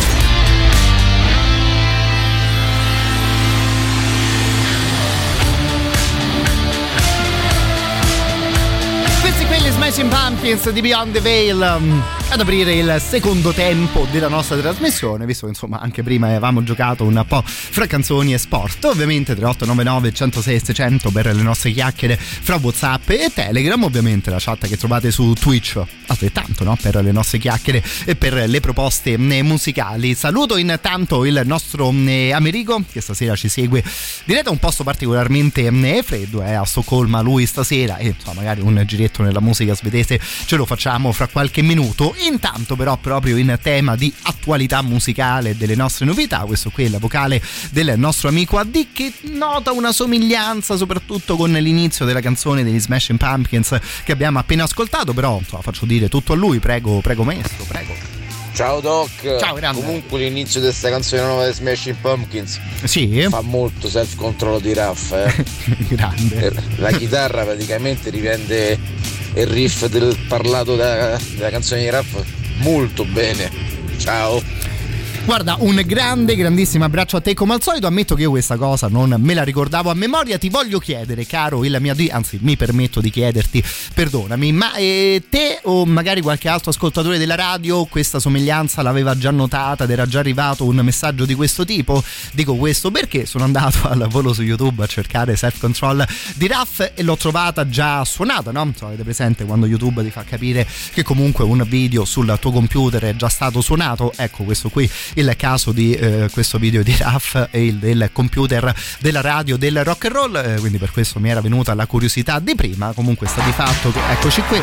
Questi quelli Smashing Pumpkins di Beyond the Veil ad aprire il secondo tempo della nostra trasmissione, visto che insomma anche prima avevamo giocato un po' fra canzoni e sport. Ovviamente 3899 106 600 per le nostre chiacchiere fra WhatsApp e Telegram, ovviamente la chat che trovate su Twitch altrettanto, no? Per le nostre chiacchiere e per le proposte musicali. Saluto intanto il nostro Amerigo che stasera ci segue diretta un posto particolarmente freddo, a Stoccolma lui stasera, e insomma magari un giretto nella musica svedese ce lo facciamo fra qualche minuto. Intanto però proprio in tema di attualità musicale delle nostre novità, questo qui è la vocale del nostro amico AD che nota una somiglianza soprattutto con l'inizio della canzone degli Smashing Pumpkins che abbiamo appena ascoltato, però insomma, faccio dire tutto a lui, prego maestro, prego. Ciao Doc. Ciao grande. Comunque l'inizio di questa canzone nuova di Smashing Pumpkins fa molto self-control di Raff, grande. La chitarra praticamente riprende il riff del parlato della canzone di Raff molto bene. Ciao. Guarda, un grandissimo abbraccio a te come al solito. Ammetto che io questa cosa non me la ricordavo a memoria. Ti voglio chiedere, caro il mio anzi mi permetto di chiederti, perdonami, ma te o magari qualche altro ascoltatore della radio questa somiglianza l'aveva già notata ed era già arrivato un messaggio di questo tipo? Dico questo perché sono andato al volo su YouTube a cercare Self Control di Raff e l'ho trovata già suonata, no? So, avete presente quando YouTube ti fa capire che comunque un video sul tuo computer è già stato suonato? Ecco, questo qui il caso di questo video di Raff e il del computer della radio del rock and roll, quindi per questo mi era venuta la curiosità di prima. Comunque sta di fatto che eccoci qui.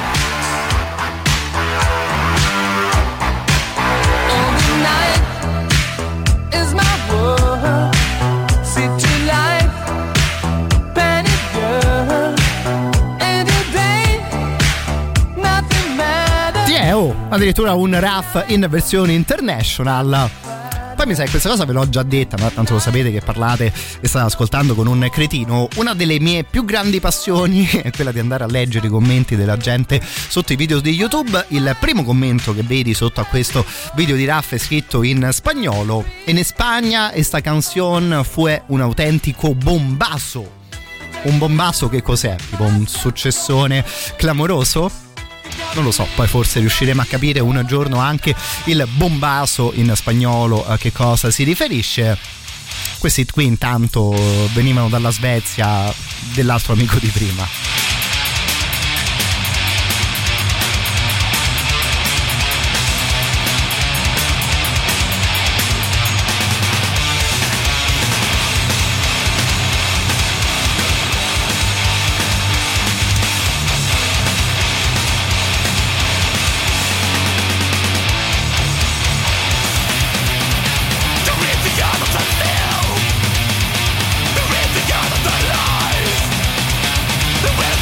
Addirittura un Raff in versione international. Poi mi sa che questa cosa ve l'ho già detta, ma tanto lo sapete che parlate e state ascoltando con un cretino. Una delle mie più grandi passioni è quella di andare a leggere i commenti della gente sotto i video di YouTube. Il primo commento che vedi sotto a questo video di Raff è scritto in spagnolo: en España esta canción fue un autentico bombazo. Un bombazo che cos'è? Tipo un successone clamoroso? Non lo so, poi forse riusciremo a capire un giorno anche il bombazo in spagnolo a che cosa si riferisce. Questi qui intanto venivano dalla Svezia dell'altro amico di prima. The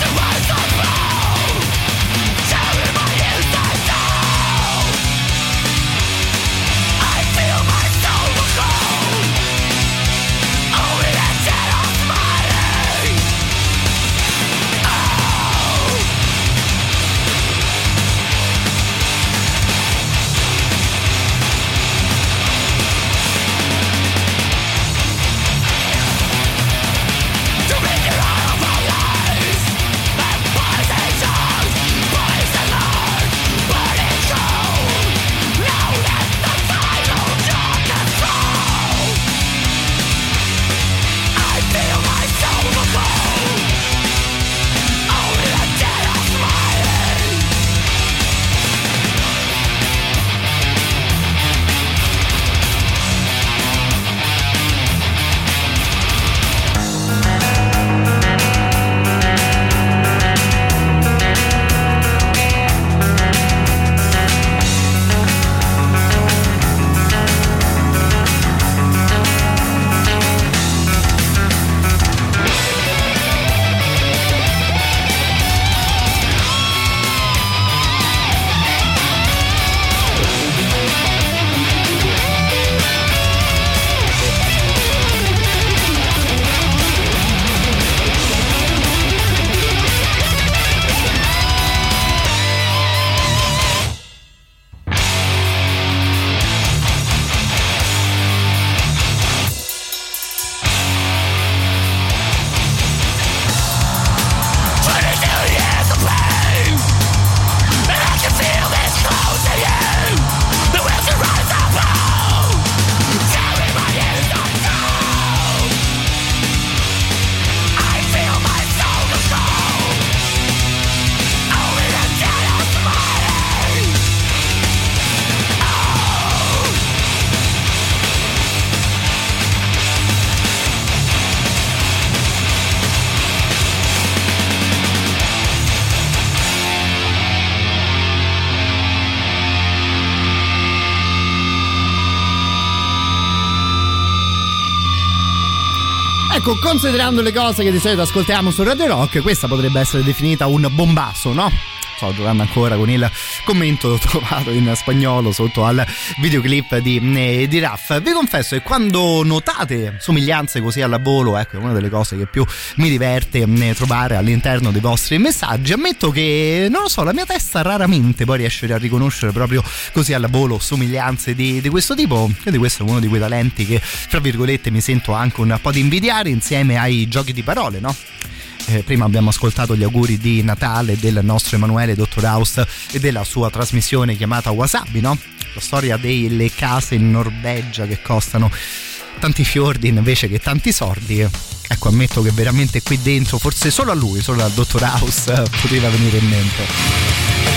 Ecco, considerando le cose che di solito ascoltiamo su Radio Rock, questa potrebbe essere definita un bombasso, no? Sto giocando ancora con il commento trovato in spagnolo sotto al videoclip di Raff. Vi confesso che quando notate somiglianze così alla volo, ecco, è una delle cose che più mi diverte trovare all'interno dei vostri messaggi. Ammetto che, non lo so, la mia testa raramente poi riesce a riconoscere proprio così alla volo somiglianze di questo tipo. Quindi questo è uno di quei talenti che, fra virgolette, mi sento anche un po' di invidiare insieme ai giochi di parole, no? Prima abbiamo ascoltato gli auguri di Natale del nostro Emanuele Dottor House e della sua trasmissione chiamata Wasabi, no? La storia delle case in Norvegia che costano tanti fiordi invece che tanti soldi. Ecco, ammetto che veramente qui dentro, forse solo a lui, solo al Dottor House poteva venire in mente.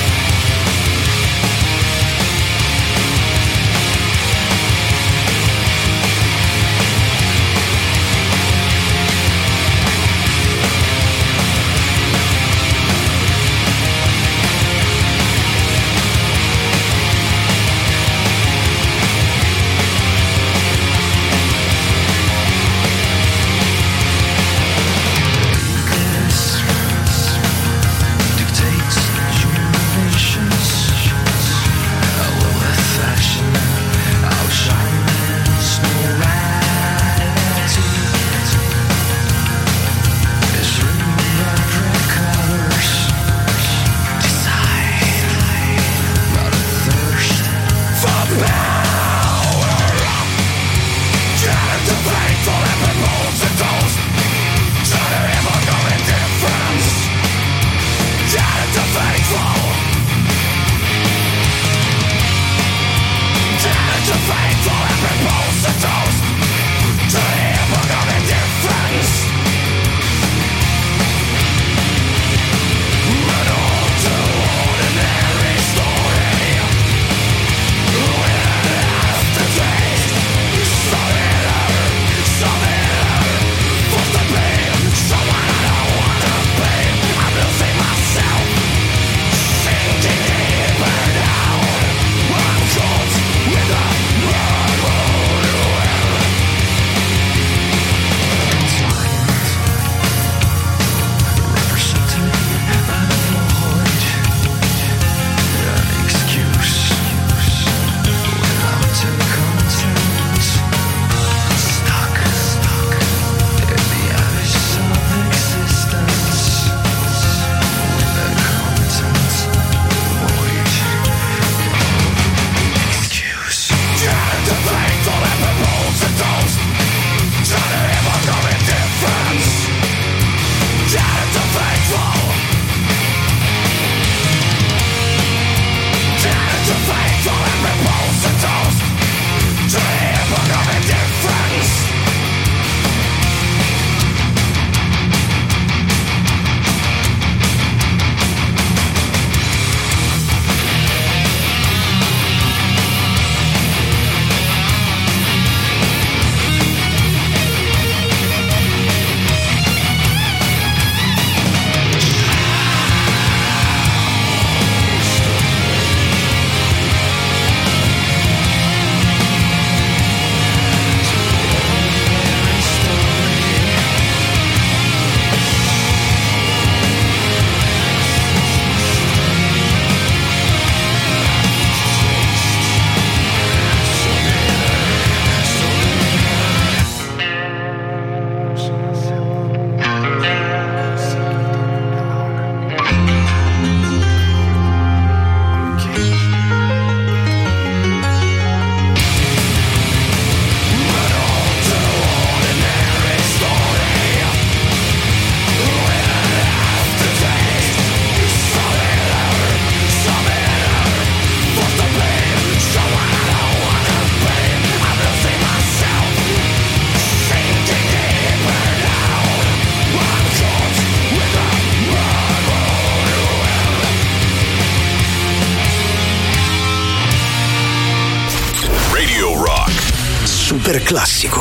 super classico.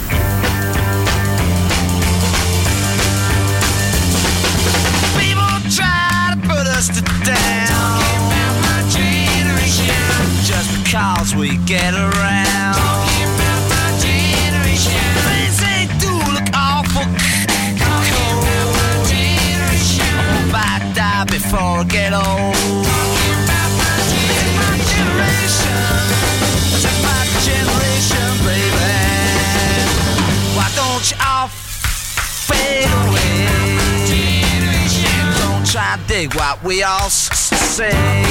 People try to put us to down. Just because we get around. Things they do look awful before I get old. This is my generation. This is my generation, baby. Why don't you all fade away? Don't try to dig what we all say.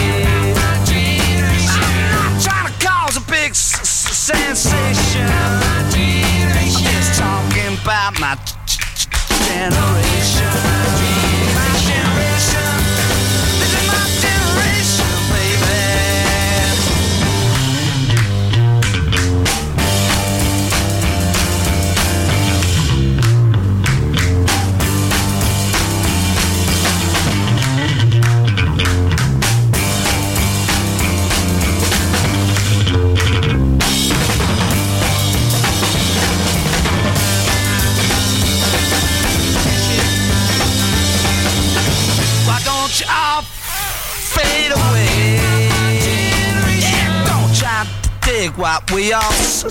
I'm not trying to cause a big sensation. I'm just talking about my generation. My generation. This is my generation, baby. You all fade away. Yeah, don't try to dig what we all say.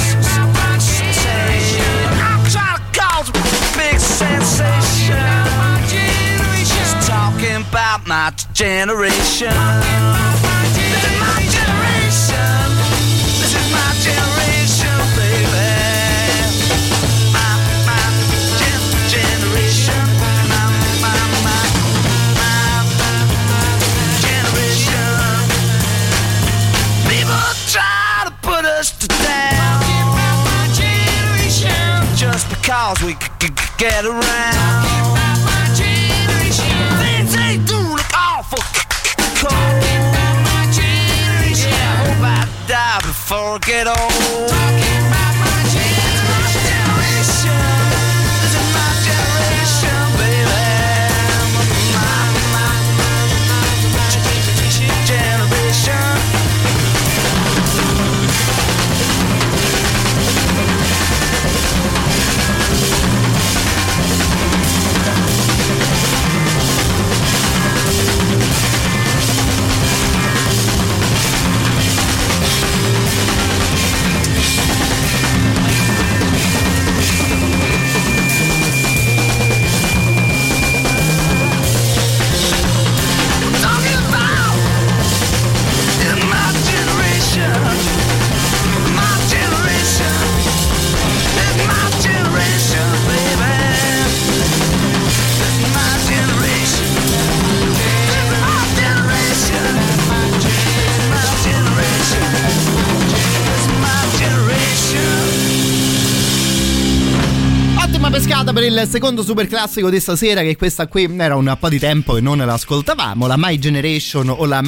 I'm trying to cause a big sensation. Just talking about my generation. This is my generation. This is my generation, baby. My generation. Try to put us to down. My generation. Just because we get around. My generation. Things ain't do look awful cold. My generation. Yeah, I hope I die before I get old. Talking about my generation. This is my generation, baby. My generation. Pescata per il secondo super classico di stasera, che questa qui era un po' di tempo che non l'ascoltavamo, la My Generation o la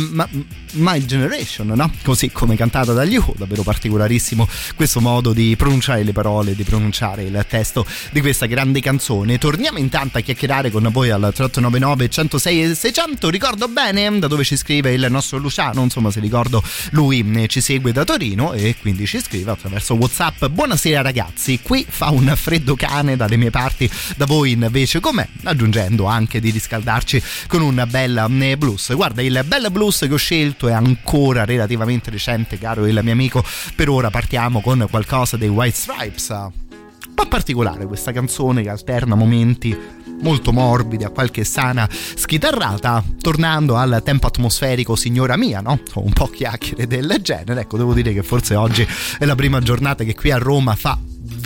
My Generation, no? Così come cantata dagli Who, davvero particolarissimo questo modo di pronunciare le parole, di pronunciare il testo di questa grande canzone. Torniamo intanto a chiacchierare con voi al 3899 106 e 600. Ricordo bene da dove ci scrive il nostro Luciano, insomma, se ricordo lui ci segue da Torino e quindi ci scrive attraverso WhatsApp: buonasera ragazzi, qui fa un freddo cane dalle mie parti, da voi invece com'è? Aggiungendo anche di riscaldarci con un bel blues. Guarda, il bel blues che ho scelto è ancora relativamente recente, caro il mio amico. Per ora partiamo con qualcosa dei White Stripes. Un po' particolare questa canzone che alterna momenti molto morbidi a qualche sana schitarrata, tornando al tempo atmosferico signora mia, no? Un po' chiacchiere del genere. Ecco, devo dire che forse oggi è la prima giornata che qui a Roma fa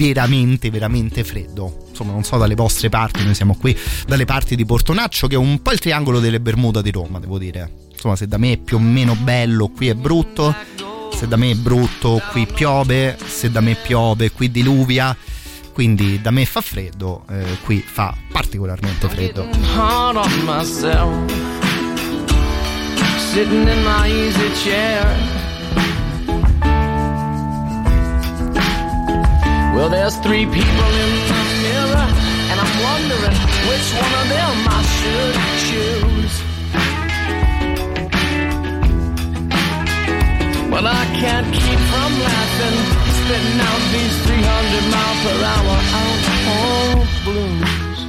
veramente freddo. Insomma, non so dalle vostre parti, noi siamo qui dalle parti di Portonaccio, che è un po' il triangolo delle Bermuda di Roma, devo dire. Insomma, se da me è più o meno bello, qui è brutto. Se da me è brutto, qui piove. Se da me piove, qui diluvia. Quindi da me fa freddo, qui fa particolarmente freddo. Hard on myself, sitting in my easy chair. Well, there's three people in the mirror, and I'm wondering which one of them I should choose. Well, I can't keep from laughing, spitting out these 300 mile per hour alcohol blues.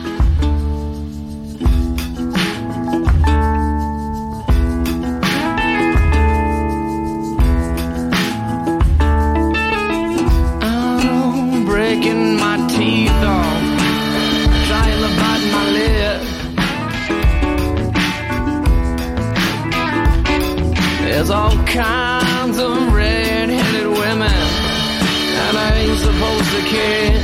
I'm breaking my teeth off, trying to bite my lip. all kinds of red-headed women, and I ain't supposed to care.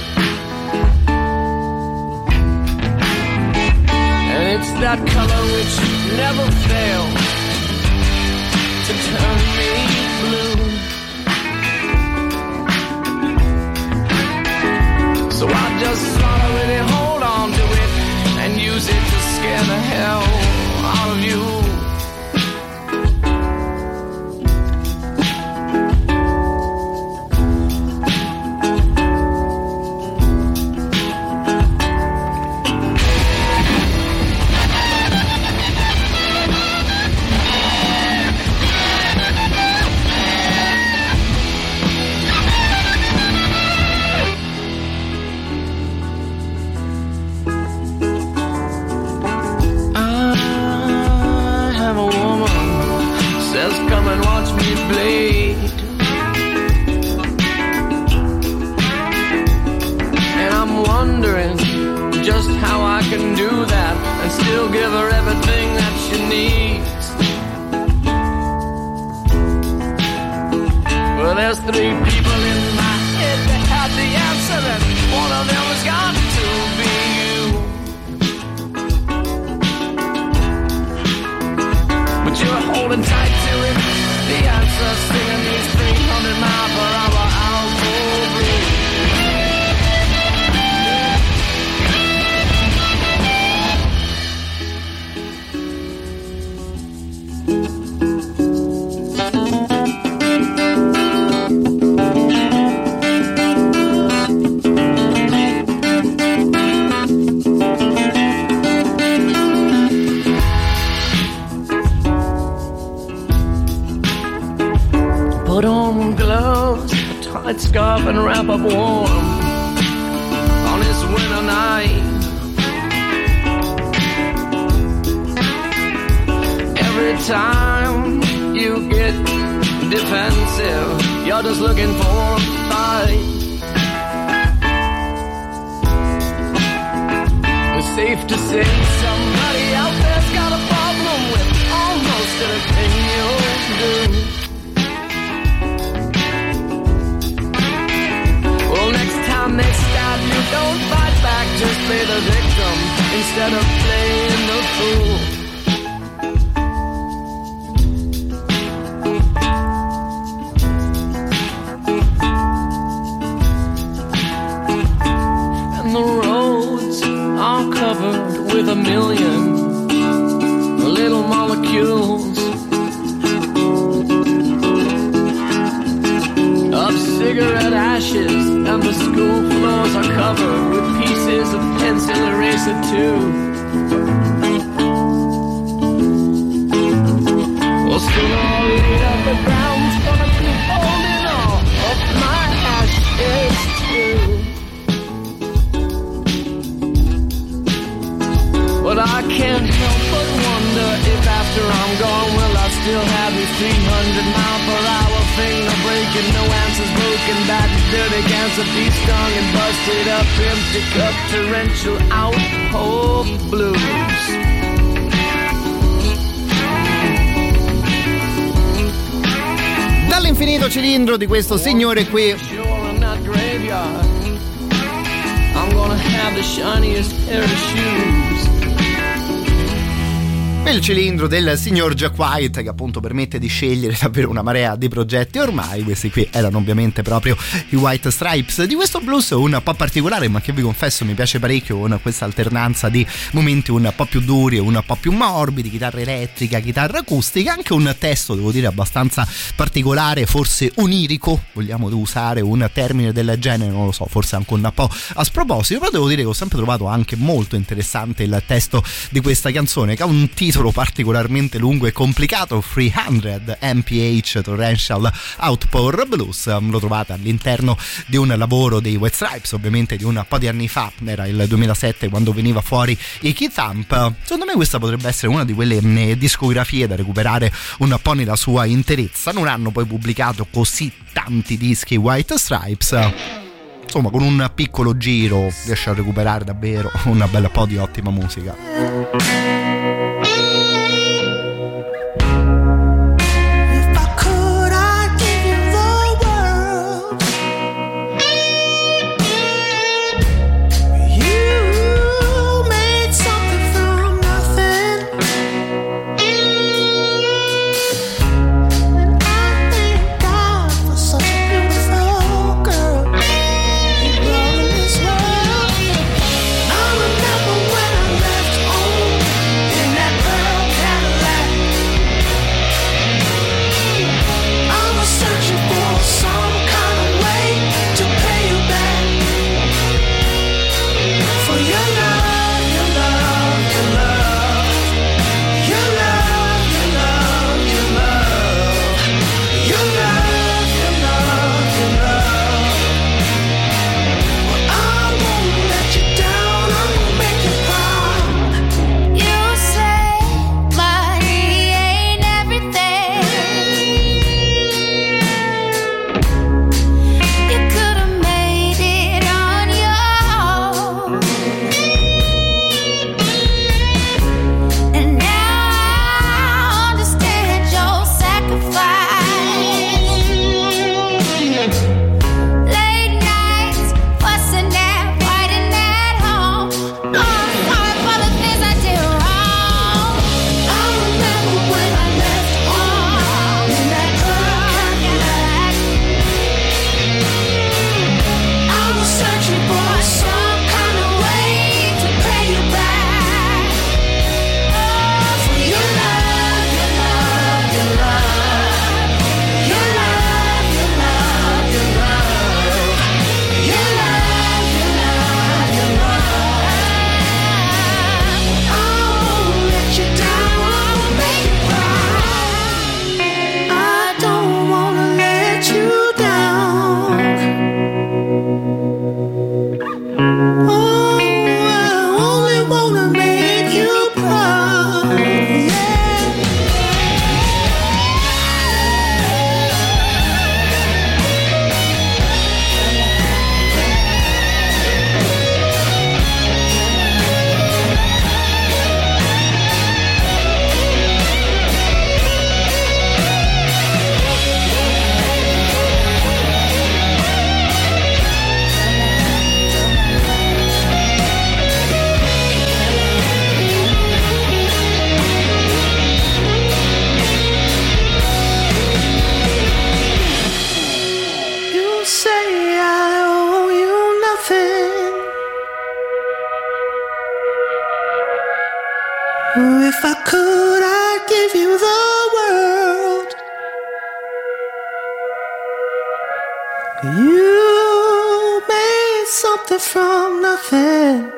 And it's that color which never fails to turn me blue. So I just swallow it and hold on to it and use it to scare the hell out of you. Come and watch me bleed, and I'm wondering just how I can do that and still give her everything that she needs. Well, there's 3 people in my head that have the answer, and one of them has got to be you. But you're holding tight to it. The answer singing these 300 miles per hour outlaw blues. Put on gloves, a tight scarf and wrap up warm on this winter night. Every time you get defensive, you're just looking for a fight. It's safe to say somebody out there's got a problem with almost everything you do. Next time they stab you, don't fight back, just play the victim instead of playing the fool. And the roads are covered with a million little molecules of cigarette ashes, and the school floors are covered with pieces of pencil eraser too. Well, soon all laid up, the ground's gonna be holding all of my ashes too. But I can't help but wonder if after I'm gone, will I still have these 300 mile per hour finger breaking, no answers, broken back, dirty cancer, deep strung and busted up, empty cup, torrential outpour blues. Dall'infinito cilindro di questo signore qui, I'm gonna have the shiniest pair of shoes. il cilindro del signor Jack White, che appunto permette di scegliere davvero una marea di progetti. Ormai questi qui erano ovviamente proprio i White Stripes. Di questo blues un po' particolare, ma che vi confesso mi piace parecchio, con questa alternanza di momenti un po' più duri e un po' più morbidi, chitarra elettrica, chitarra acustica, anche un testo devo dire abbastanza particolare, forse onirico, vogliamo usare un termine del genere, non lo so, forse anche un po' a sproposito, però devo dire che ho sempre trovato anche molto interessante il testo di questa canzone, che ha un titolo particolarmente lungo e complicato, 300 mph Torrential Outpour Blues. Lo trovate all'interno di un lavoro dei White Stripes, ovviamente di un po' di anni fa, era il 2007 quando veniva fuori i Key Thump. Secondo me questa potrebbe essere una di quelle discografie da recuperare un po' nella sua interezza. Non hanno poi pubblicato così tanti dischi White Stripes, insomma con un piccolo giro riesce a recuperare davvero una bella po' di ottima musica. Oh, if I could, I'd give you the world. You made something from nothing.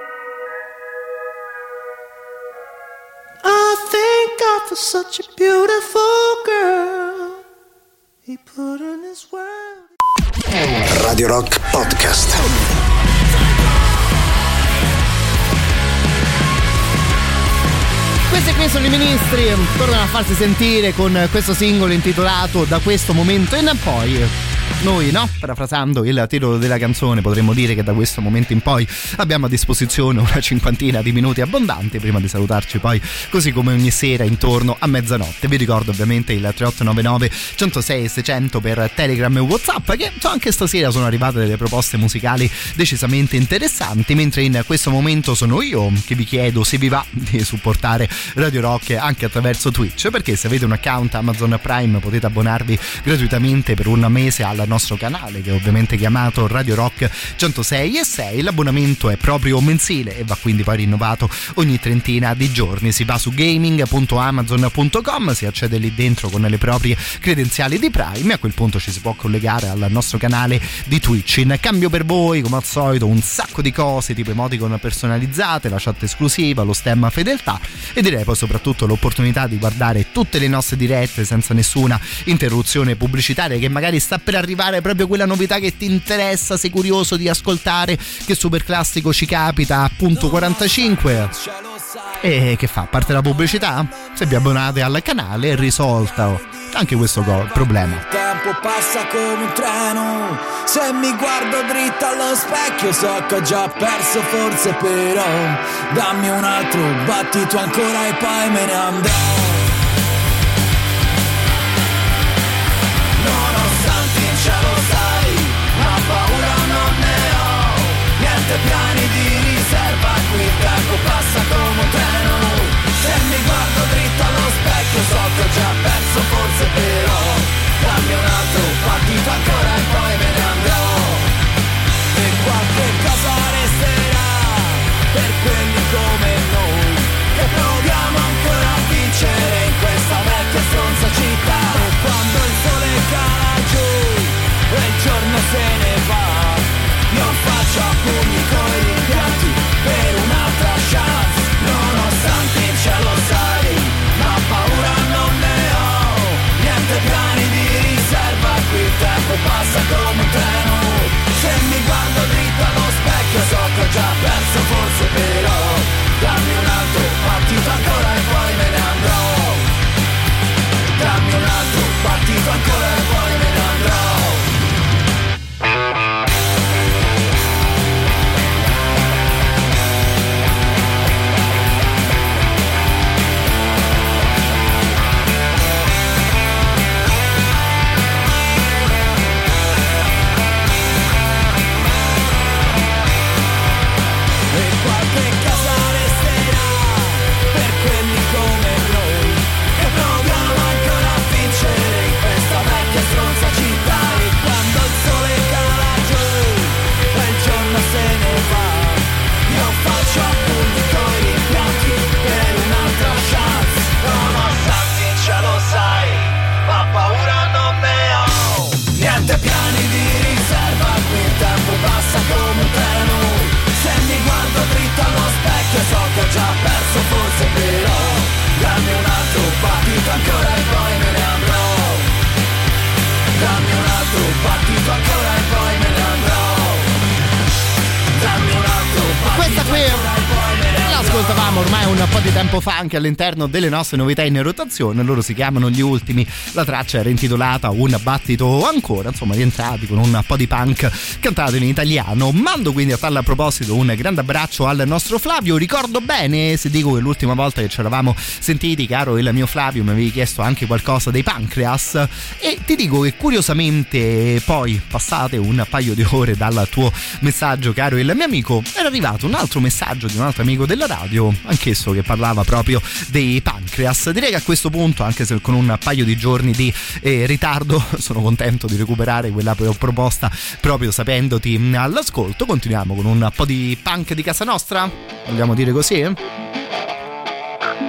I thank God for such a beautiful girl. He put in his world. Radio Rock Podcast. Questi qui sono i Ministri, tornano a farsi sentire con questo singolo intitolato Da questo momento in poi. Noi, no? Parafrasando il titolo della canzone, potremmo dire che da questo momento in poi abbiamo a disposizione una cinquantina di minuti abbondanti prima di salutarci poi, così come ogni sera intorno a mezzanotte. Vi ricordo ovviamente il 3899 106 600 per Telegram e WhatsApp, che anche stasera sono arrivate delle proposte musicali decisamente interessanti, mentre in questo momento sono io che vi chiedo se vi va di supportare Radio Rock anche attraverso Twitch, perché se avete un account Amazon Prime potete abbonarvi gratuitamente per un mese al nostro canale, che è ovviamente chiamato Radio Rock 106 e 6. L'abbonamento è proprio mensile e va quindi poi rinnovato ogni trentina di giorni. Si va su gaming.amazon.com, si accede lì dentro con le proprie credenziali di Prime e a quel punto ci si può collegare al nostro canale di Twitch. In cambio per voi, come al solito, un sacco di cose tipo emoticon personalizzate, la chat esclusiva, lo stemma fedeltà e direi poi soprattutto l'opportunità di guardare tutte le nostre dirette senza nessuna interruzione pubblicitaria, che magari sta per arrivare proprio quella novità che ti interessa, sei curioso di ascoltare, che super classico ci capita a punto 45 e che fa? Parte la pubblicità? Se vi abbonate al canale è risolta anche questo problema. Il tempo passa come un treno, se mi guardo dritto allo specchio so che ho già perso forse, però dammi un altro battito ancora e poi me ne andrò. Lo sai, ma paura non ne ho, niente piani di riserva, qui il tempo passa come un treno, se mi guardo dritto allo specchio so che ho già perso forse, però dammi un altro partito ancora e poi me ne andrò, e qualche cosa resterà per quelli come noi, che proviamo ancora a vincere in questa vecchia stronza città, e quando il sole cala giù e il giorno se ne va, io faccio a pugni coi rimpianti per un'altra chance, nonostante il cielo sai, ma paura non ne ho, niente piani di riserva, qui il tempo passa come un treno, se mi guardo dritto allo specchio so che ho già perso forse, però dammi un altro partito ancora e poi me ne andrò, dammi un altro partito ancora e poi me ne andrò. Ascoltavamo ormai un po' di tempo fa anche all'interno delle nostre novità in rotazione, loro si chiamano Gli Ultimi, la traccia era intitolata Un battito ancora, insomma rientrati con un po' di punk cantato in italiano. Mando quindi a tal proposito un grande abbraccio al nostro Flavio. Ricordo bene se dico che l'ultima volta che ci eravamo sentiti, caro il mio Flavio, mi avevi chiesto anche qualcosa dei Pancreas, e ti dico che curiosamente poi passate un paio di ore dal tuo messaggio, caro il mio amico, era arrivato un altro messaggio di un altro amico della radio, anch'esso che parlava proprio dei Pancreas. Direi che a questo punto, anche se con un paio di giorni di ritardo, sono contento di recuperare quella proposta proprio sapendoti all'ascolto. Continuiamo con un po' di punk di casa nostra, vogliamo dire così?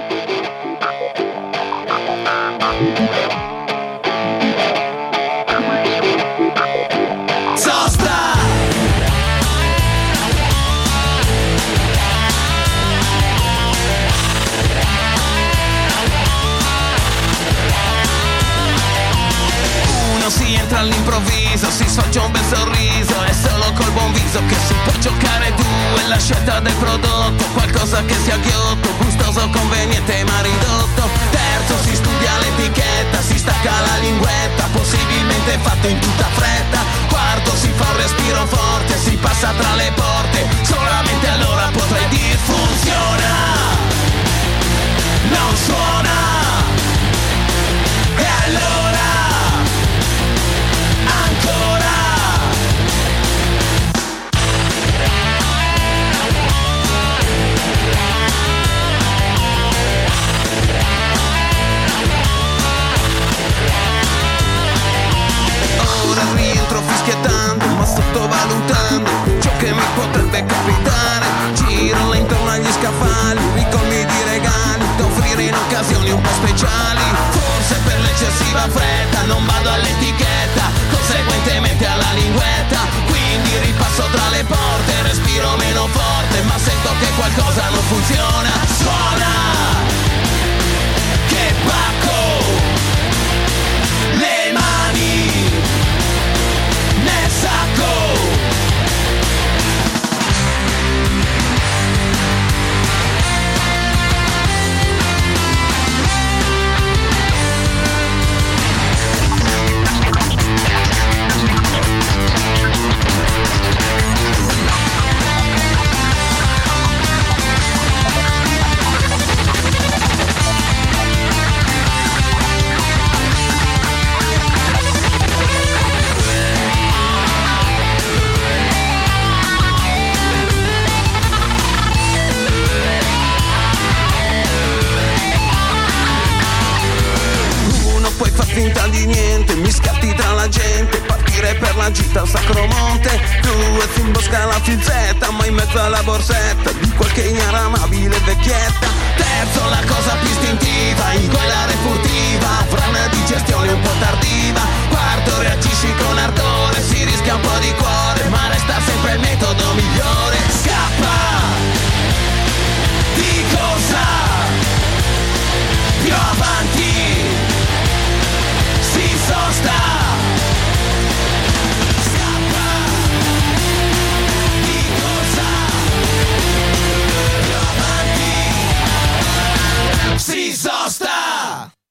Si entra all'improvviso, si sfoggia un bel sorriso, è solo col buon viso che si può giocare due. La scelta del prodotto, qualcosa che sia ghiotto, gustoso, conveniente ma ridotto. Terzo, si studia l'etichetta, si stacca la linguetta, possibilmente fatto in tutta fretta. Quarto, si fa un respiro forte, si passa tra le porte, solamente allora potrei dir funziona, non suona. E allora ancora. Ora rientro fischiettando, ma sottovalutando ciò che mi potrebbe capitare. Giro intorno agli scaffali, ricolmi di regali da offrire in occasioni un po' speciali. Forse per l'eccessiva fretta non vado all'etichetta, conseguentemente alla linguetta. Quindi ripasso tra le porte, respiro meno forte, ma sento che qualcosa non funziona. Suona, che pacco, le mani nel sacco. Poi fa finta di niente, mi scatti tra la gente, partire per la gita al Sacromonte. Due si imbosca la filzetta, ma in mezzo alla borsetta di qualche ignoramabile vecchietta. Terzo, la cosa più istintiva, ingoiare furtiva, avrà una digestione un po' tardiva. Quarto, reagisci con ardore, si rischia un po' di cuore, ma resta sempre il metodo migliore. Scappa di cosa più avanti si sosta. Scappa di cosa più avanti si sosta.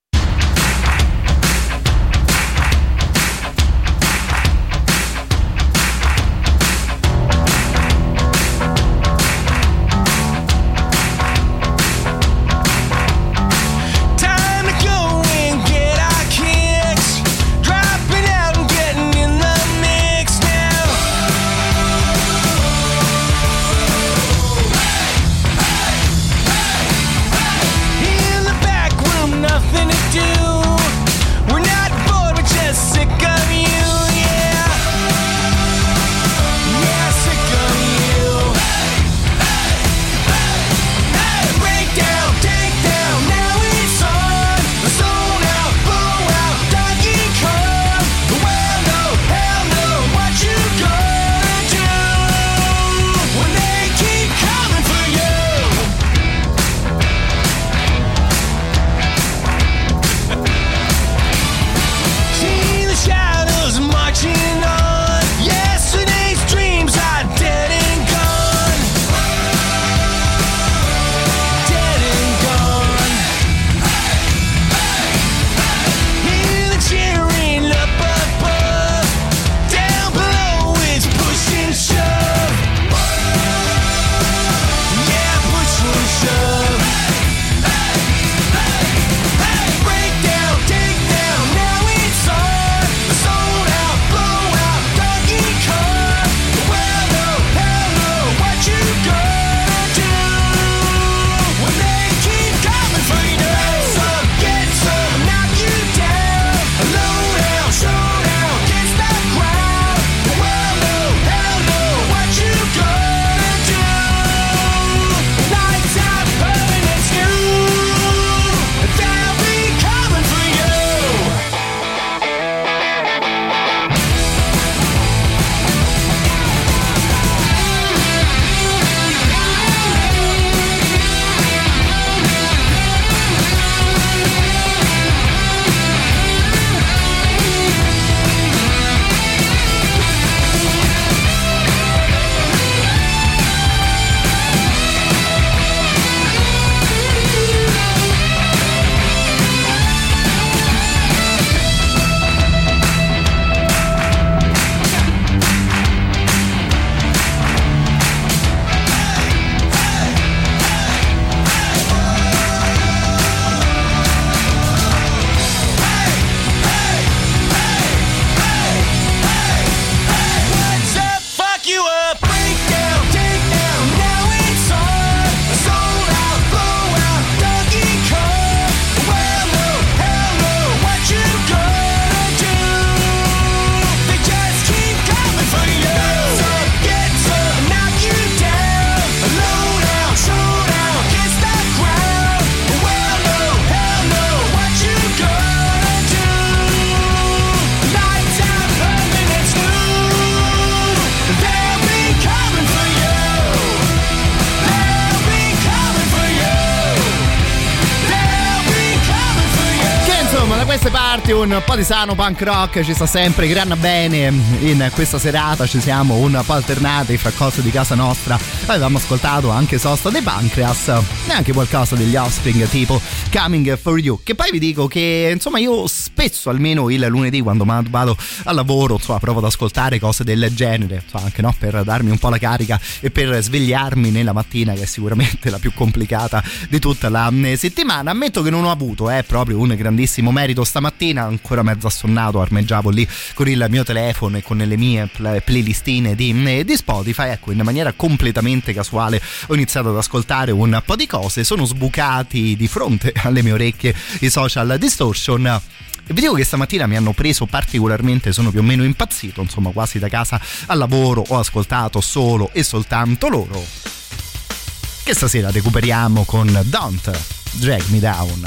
queste parti un po' di sano punk rock ci sta sempre gran bene. In questa serata ci siamo un po' alternati fra cose di casa nostra. Avevamo ascoltato anche Sosta dei Pancreas e anche qualcosa degli Offspring, tipo Coming For You, che poi vi dico che insomma io spesso, almeno il lunedì quando vado al lavoro, insomma provo ad ascoltare cose del genere, insomma, anche no, per darmi un po' la carica e per svegliarmi nella mattina, che è sicuramente la più complicata di tutta la settimana. Ammetto che non ho avuto proprio un grandissimo merito stamattina, ancora mezzo assonnato, armeggiavo lì con il mio telefono e con le mie playlistine di Spotify. Ecco, in maniera completamente casuale ho iniziato ad ascoltare un po' di cose, sono sbucati di fronte alle mie orecchie i Social Distortion e vi dico che stamattina mi hanno preso particolarmente, sono più o meno impazzito, insomma quasi da casa al lavoro ho ascoltato solo e soltanto loro, che stasera recuperiamo con Don't Drag Me Down.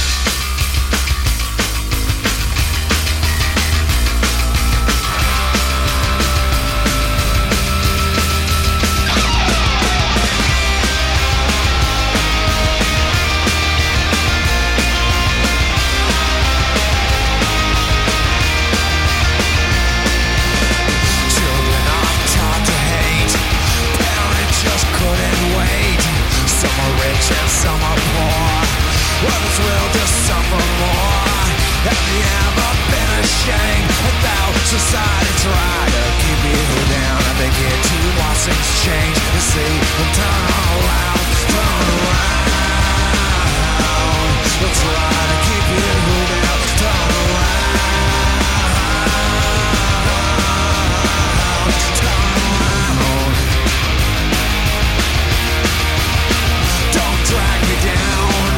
Some are poor, others will just suffer more. Have you ever been ashamed without society try to keep you down? I begin to watch things change and see them turn around, turn around. They'll try to keep you down, turn around, turn around. Don't drag me down.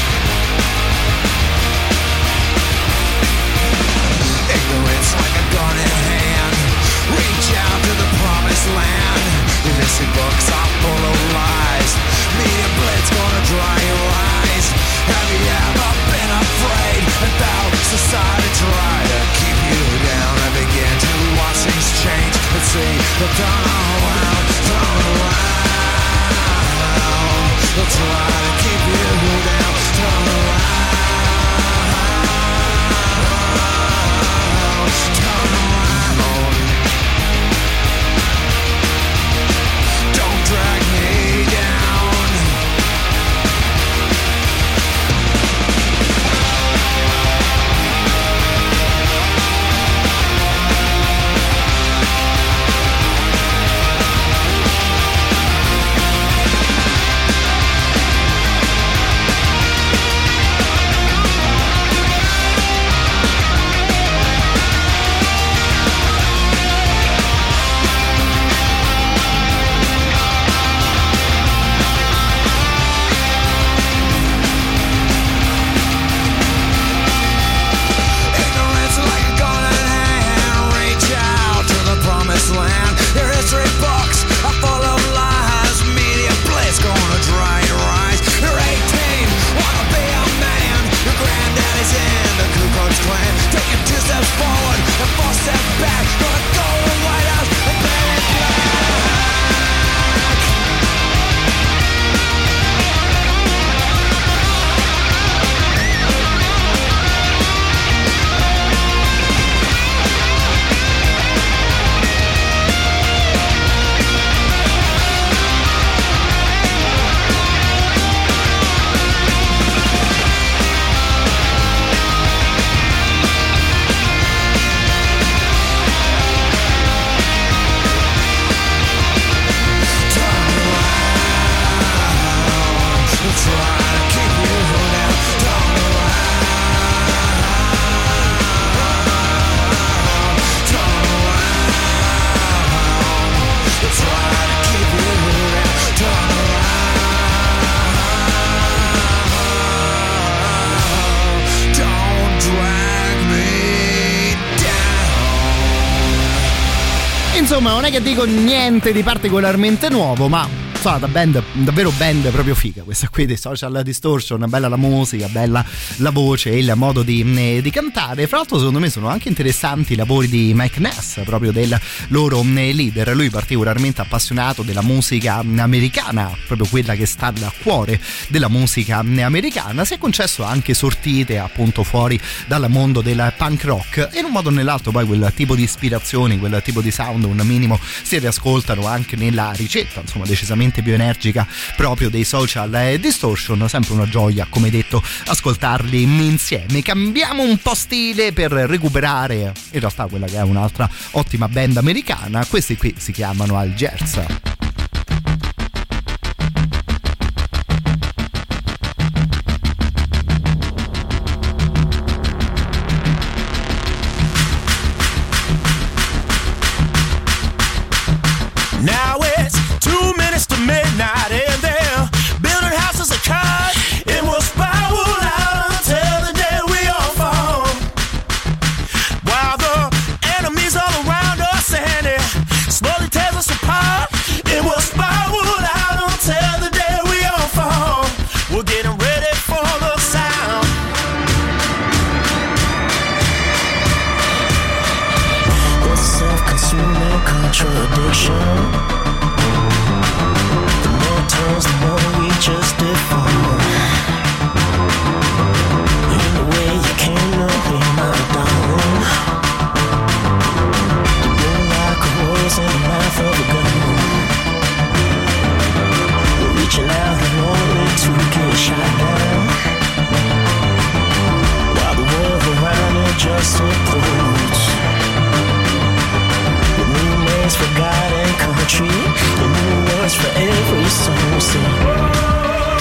Ignorance like a gun in hand. Reach out to the promised land. The missing books are full of lies. Media blitz gonna dry your eyes. Have you ever been afraid without society try to keep you down? I begin to watch things change and see the turn around, turn around. They'll try to keep you down, turn around, turn around. Don't drag me down. Land. Your history books are full of lies. Media blitz gonna dry your eyes. You're 18, wanna be a man. Your granddaddy's in the Ku Klux Klan. Taking 2 steps forward and 4 steps back. Gonna go to the White House and play it Insomma, non è che dico niente di particolarmente nuovo, ma insomma, davvero band proprio figa questa qui dei Social Distortion, bella la musica, bella la voce e il modo di cantare. Fra l'altro secondo me sono anche interessanti i lavori di Mike Ness, proprio del loro leader, lui particolarmente appassionato della musica americana, proprio quella che sta al cuore della musica americana. Si è concesso anche sortite appunto fuori dal mondo del punk rock e in un modo o nell'altro poi quel tipo di ispirazioni, quel tipo di sound un minimo si riascoltano anche nella ricetta, insomma, decisamente più energica proprio dei Social Distortion. Sempre una gioia, come detto, ascoltarli insieme. Cambiamo un po' stile per recuperare in realtà quella che è un'altra ottima band americana. Questi qui si chiamano Algiers. Now it's 2 minutes to midnight and they're building houses of cards. It will spiral out until the day we all fall. While the enemies all around us and it slowly tears us apart. It will spiral out until the day we all fall. We're getting ready for the sound. It's self-consuming contradiction. The more we just deform. In the way you can't know me, my darling. The blue like a rose in the mouth of a gun. We're reaching out and only to get shot down. While the world around it just implodes. With new names for God and country, and new words for every soul. Say,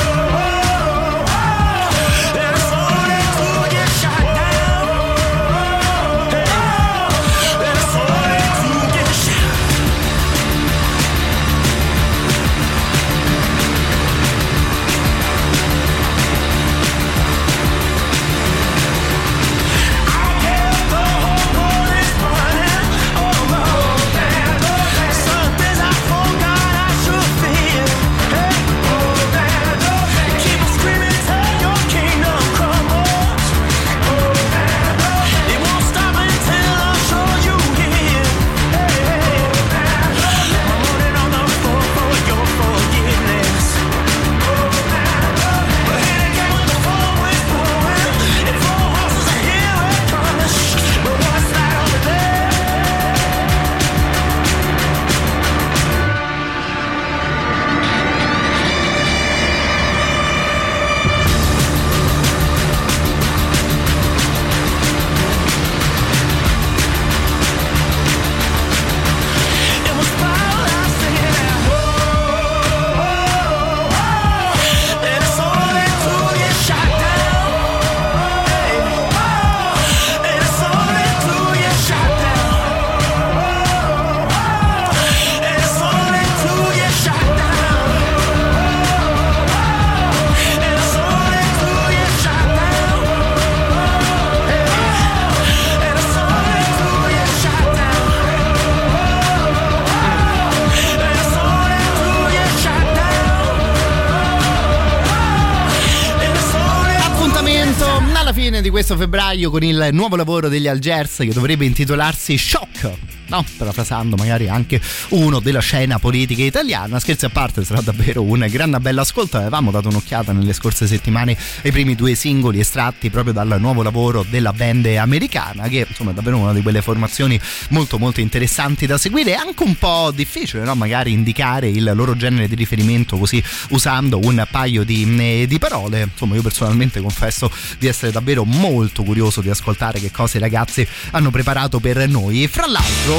Di questo febbraio con il nuovo lavoro degli Algiers che dovrebbe intitolarsi Shock, no? Parafrasando magari anche uno della scena politica italiana. Scherzi a parte, sarà davvero un gran bello ascolto. Avevamo dato un'occhiata nelle scorse settimane ai primi 2 singoli estratti proprio dal nuovo lavoro della band americana, che insomma è davvero una di quelle formazioni molto molto interessanti da seguire. È anche un po' difficile, no? Magari indicare il loro genere di riferimento così usando un paio di parole. Insomma, io personalmente confesso di essere davvero molto curioso di ascoltare che cosa i ragazzi hanno preparato per noi. E fra l'altro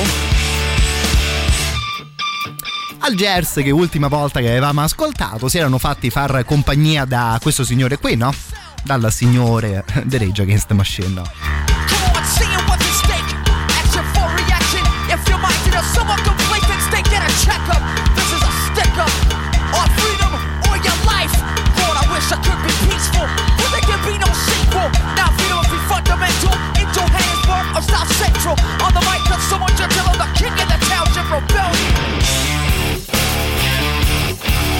Algiers, che ultima volta che avevamo ascoltato, si erano fatti far compagnia da questo signore qui, no? Dal signore The Rage Against the Machine. South Central on the mic, cause someone just tell the king of the town, Jim Rebellion.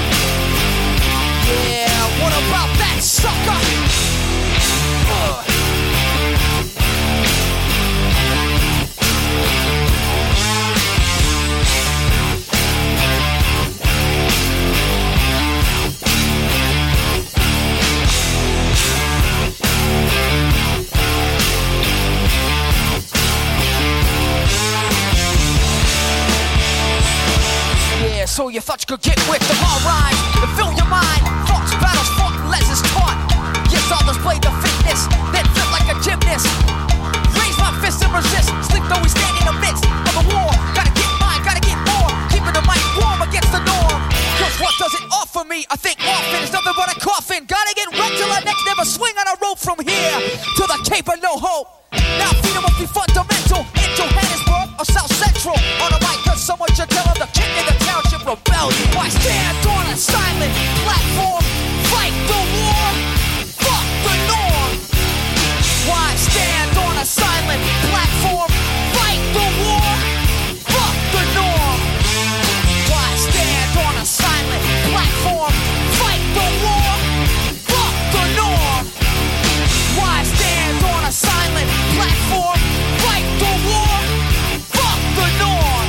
could get with the hard rhymes and fill your mind. Thoughts, battles, fought, and lessons taught. Yes, I'll display the fitness, then fit like a gymnast. Raise my fist and resist. Sleep though we stand in the midst of a war. Gotta get mine, gotta get more. Keeping the mic warm against the norm. Cause what does it offer me? I think often is nothing but a coffin. Gotta get wrecked till I next never swing on a rope from here to the Cape of No Hope. Now freedom must be fundamental in Johannesburg or South Central. On the mic, cause someone should tell them the king of the township rebellion. Why stand on a silent platform? Fight the war. Fuck the norm. Why stand on a silent platform? Fight the war. Fuck the norm. Why stand on a silent platform? Fight the war. Fuck the norm. Why stand on a silent platform? Fight the war. Fuck the norm.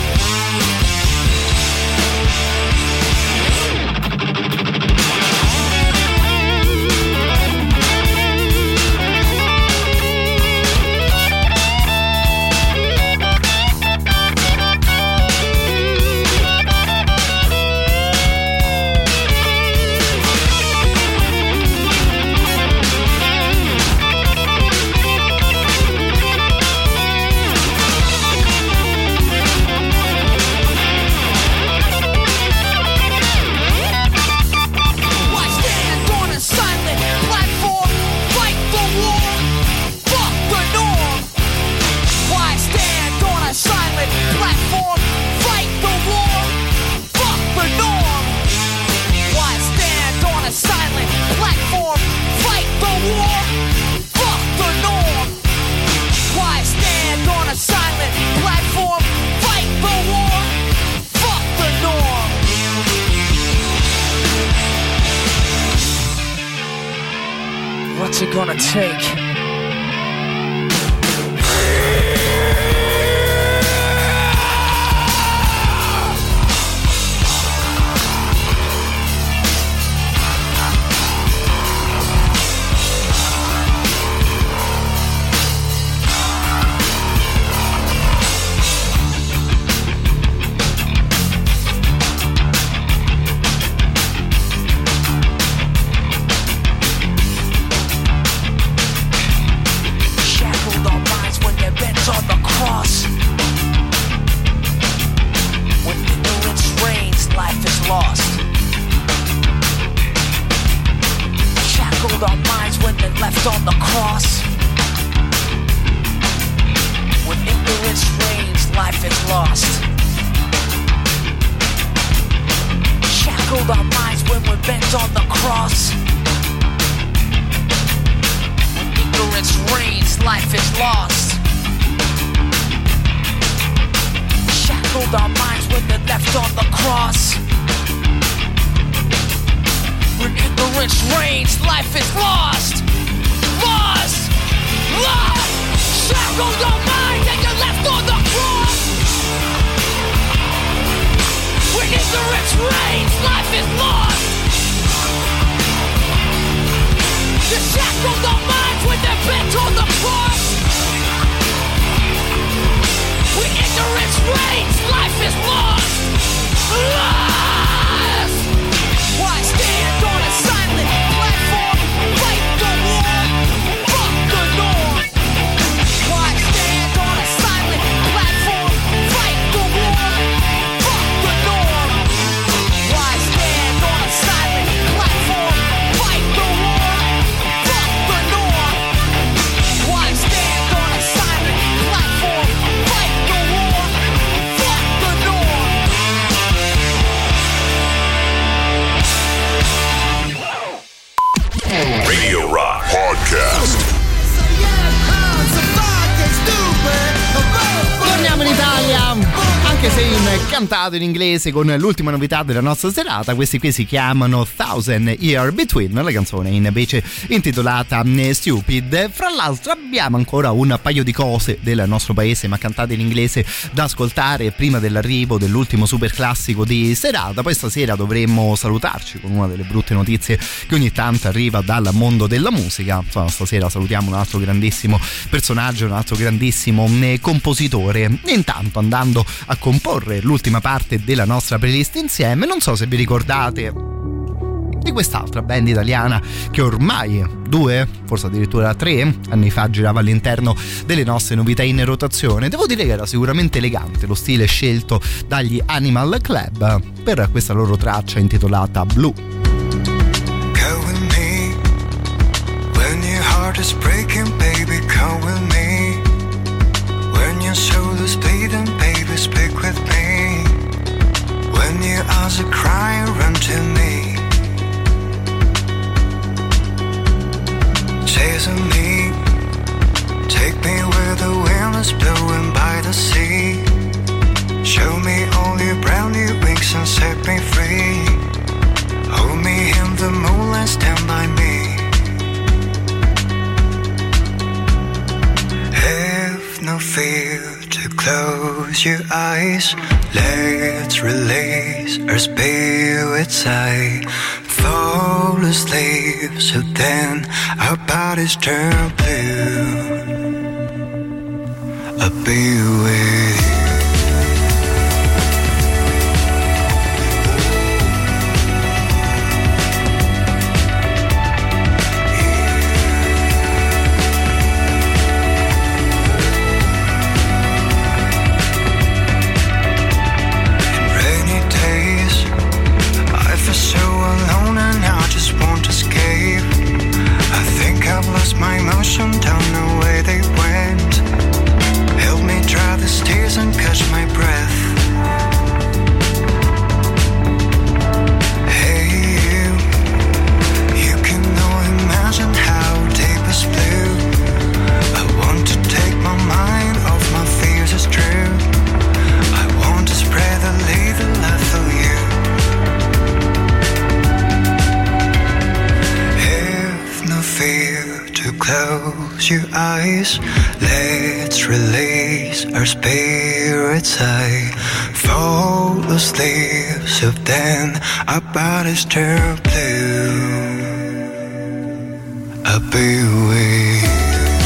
What's it gonna take? Cantato in inglese con l'ultima novità della nostra serata. Questi qui si chiamano Thousand Year Between, la canzone invece intitolata Stupid. Fra l'altro abbiamo ancora un paio di cose del nostro paese ma cantate in inglese da ascoltare prima dell'arrivo dell'ultimo super classico di serata. Poi stasera dovremmo salutarci con una delle brutte notizie che ogni tanto arriva dal mondo della musica. Insomma, stasera salutiamo un altro grandissimo personaggio, un altro grandissimo compositore. Intanto, andando a comporre l'ultima parte della nostra playlist insieme. Non so se vi ricordate di quest'altra band italiana che ormai 2, forse addirittura 3 anni fa girava all'interno delle nostre novità in rotazione. Devo dire che era sicuramente elegante lo stile scelto dagli Animal Club per questa loro traccia intitolata Blue. Go with me when your heart is breaking, baby, come with me. When your soul is bleeding, baby, speak with me. When your eyes are crying, run to me. Chasing me, take me where the wind is blowing by the sea. Show me all your brown new wings and set me free. Hold me in the moonlight, stand by me. Have no fear to close your eyes. Let's release our spirits high. Fall asleep, so then our bodies turn blue. I'll be with you. I've lost my emotion, don't know where they went. Help me dry the tears and catch my breath. Hey you can not imagine how deep is blue. I want to take my mind off my fears, it's true. I want to spread a little love for you. Have no fear to close your eyes. Let's release our spirits high. Fall asleep, so then our bodies turn blue. I'll be with you.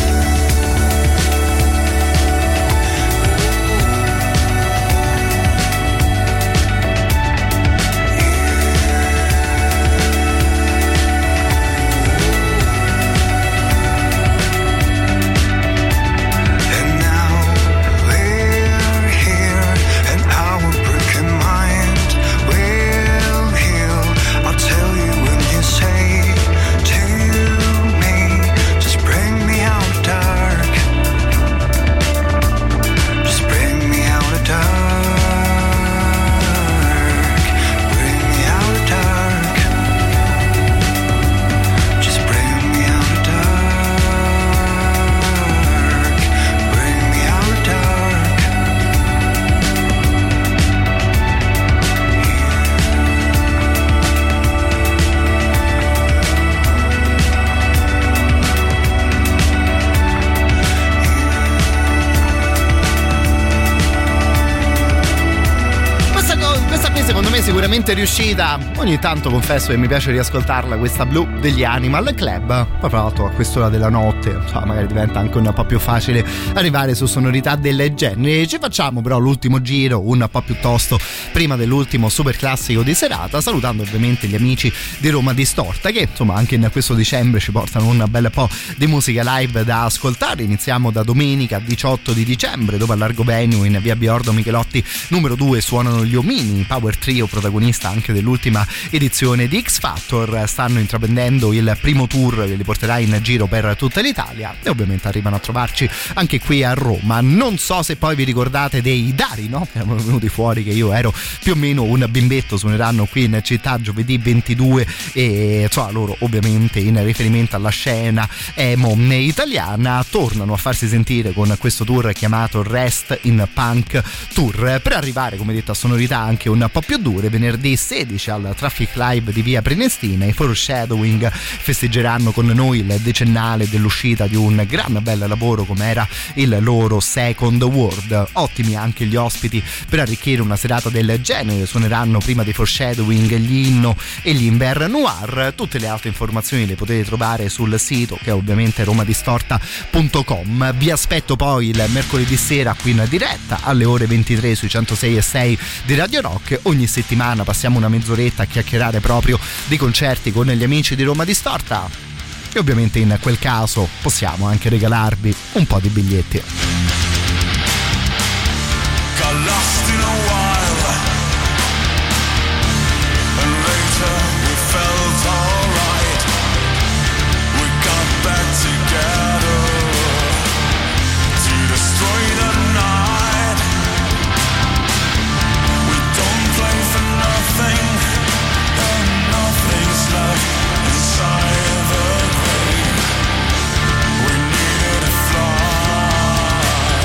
Sicuramente riuscita. Ogni tanto confesso che mi piace riascoltarla, questa Blue degli Animal Club. Poi tra l'altro a quest'ora della notte magari diventa anche un po' più facile arrivare su sonorità del genere. Ci facciamo però l'ultimo giro un po' più tosto prima dell'ultimo super classico di serata, salutando ovviamente gli amici di Roma Distorta che insomma anche in questo dicembre ci portano un bel po' di musica live da ascoltare. Iniziamo da domenica 18 di dicembre, dove all'Argobenio in via Biordo Michelotti numero 2 suonano gli Omini, power trio protagonista anche dell'ultima edizione di X Factor. Stanno intraprendendo il primo tour che li porterà in giro per tutta l'Italia e ovviamente arrivano a trovarci anche qui a Roma. Non so se poi vi ricordate dei Dari, no? Erano venuti fuori che io ero più o meno un bimbetto. Suoneranno qui in città giovedì 22 e insomma loro ovviamente in riferimento alla scena emo italiana tornano a farsi sentire con questo tour chiamato Rest in Punk Tour, per arrivare come detto a sonorità anche un po' più dure. Venerdì venerdì 16 al Traffic Live di via Prenestina. I Foreshadowing festeggeranno con noi il decennale dell'uscita di un gran bel lavoro come era il loro Second World. Ottimi anche gli ospiti per arricchire una serata del genere. Suoneranno prima dei Foreshadowing gli Inno e gli Inver Noir. Tutte le altre informazioni le potete trovare sul sito, che è ovviamente romadistorta.com. Vi aspetto poi il mercoledì sera qui in diretta alle ore 23 sui 106.6 di Radio Rock. Ogni settimana passiamo una mezz'oretta a chiacchierare proprio dei concerti con gli amici di Roma Distorta, e ovviamente in quel caso possiamo anche regalarvi un po' di biglietti. Got lost in a while, and later we felt alright. We got back together to destroy the night. We don't play for nothing, and nothing's left inside the grave. We needed to fly.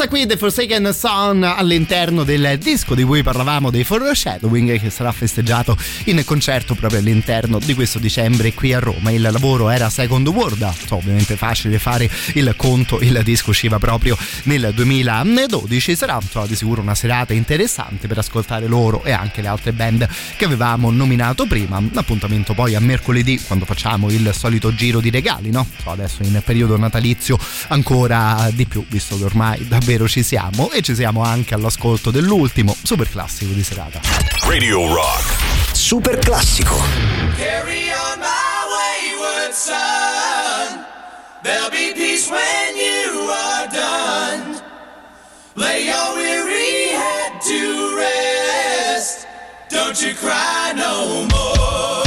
Questa qui, The Forsaken Son, all'interno del disco di cui parlavamo, dei Foreshadowing, che sarà festeggiato in concerto proprio all'interno di questo dicembre qui a Roma. Il lavoro era Second World, ovviamente facile fare il conto, il disco usciva proprio nel 2012. Sarà di sicuro una serata interessante per ascoltare loro e anche le altre band che avevamo nominato prima. Appuntamento poi a mercoledì, quando facciamo il solito giro di regali, no? Adesso in periodo natalizio ancora di più, visto che ormai davvero ci siamo, e ci siamo anche all'ascolto dell'ultimo super classico di serata. Radio Rock Super classico. Carry on my wayward son. There'll be peace when you are done. Lay your weary head to rest. Don't you cry no more.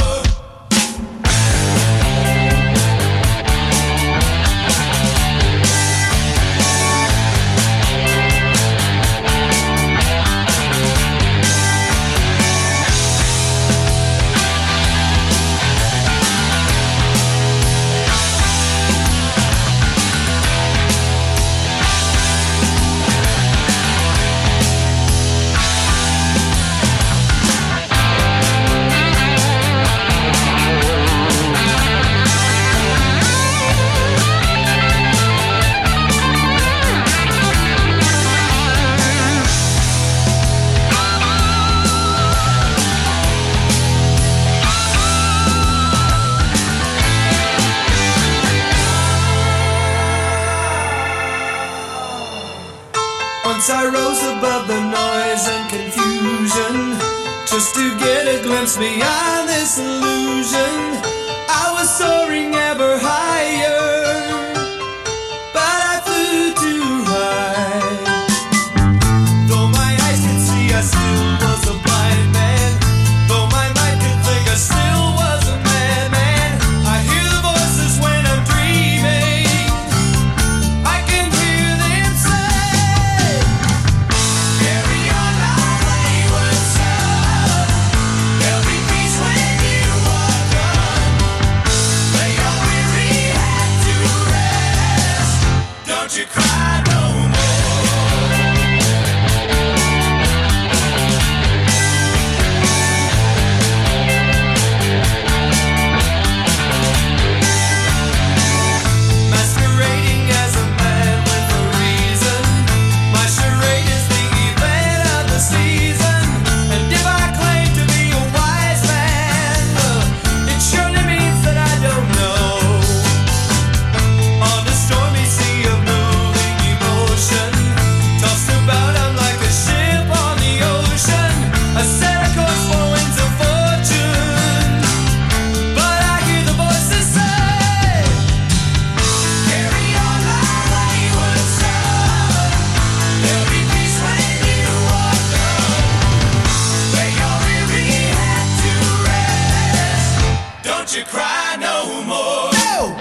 Once I rose above the noise and confusion, just to get a glimpse beyond this illusion. I was soaring ever higher, but I flew too high. Though my eyes could see, I still was a blind man. Though my mind could think, I still was a madman. I hear the voices when I'm dreaming. I can hear them say, carry on my wayward son. There'll be peace when you are done. Lay your weary head to rest. Don't you cry no more. Masquerading as a man with a reason. My charade is the event of the season. And if I claim to be a wise man, it surely means that I don't know. On the stormy sea of moving emotion, tossed about I'm like a ship on the ocean. I set a course for winds of fortune, but I hear the voices say, carry on my wayward son. There'll be peace when you are done. Lay your weary head to rest. Don't you cry no more. No!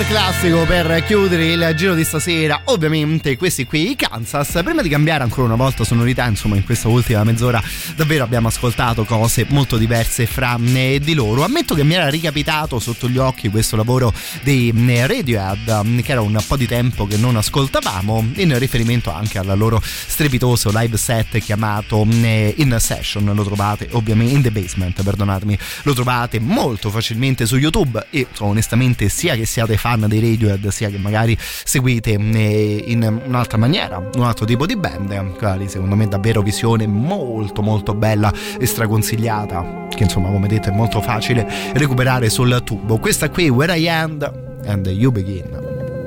super classico per chiudere il giro di stasera, ovviamente questi qui i Kansas. Prima di cambiare ancora una volta sonorità, insomma in questa ultima mezz'ora davvero abbiamo ascoltato cose molto diverse fra di loro. Ammetto che mi era ricapitato sotto gli occhi questo lavoro dei Radiohead, che era un po' di tempo che non ascoltavamo, in riferimento anche al loro strepitoso live set chiamato In Session. Lo trovate ovviamente in The Basement, perdonatemi, lo trovate molto facilmente su YouTube e onestamente sia che siate fan dei Radiohead sia che magari seguite in un'altra maniera un altro tipo di band, quali secondo me davvero visione molto molto bella e straconsigliata, che insomma come detto è molto facile recuperare sul tubo. Questa qui Where I End and You Begin.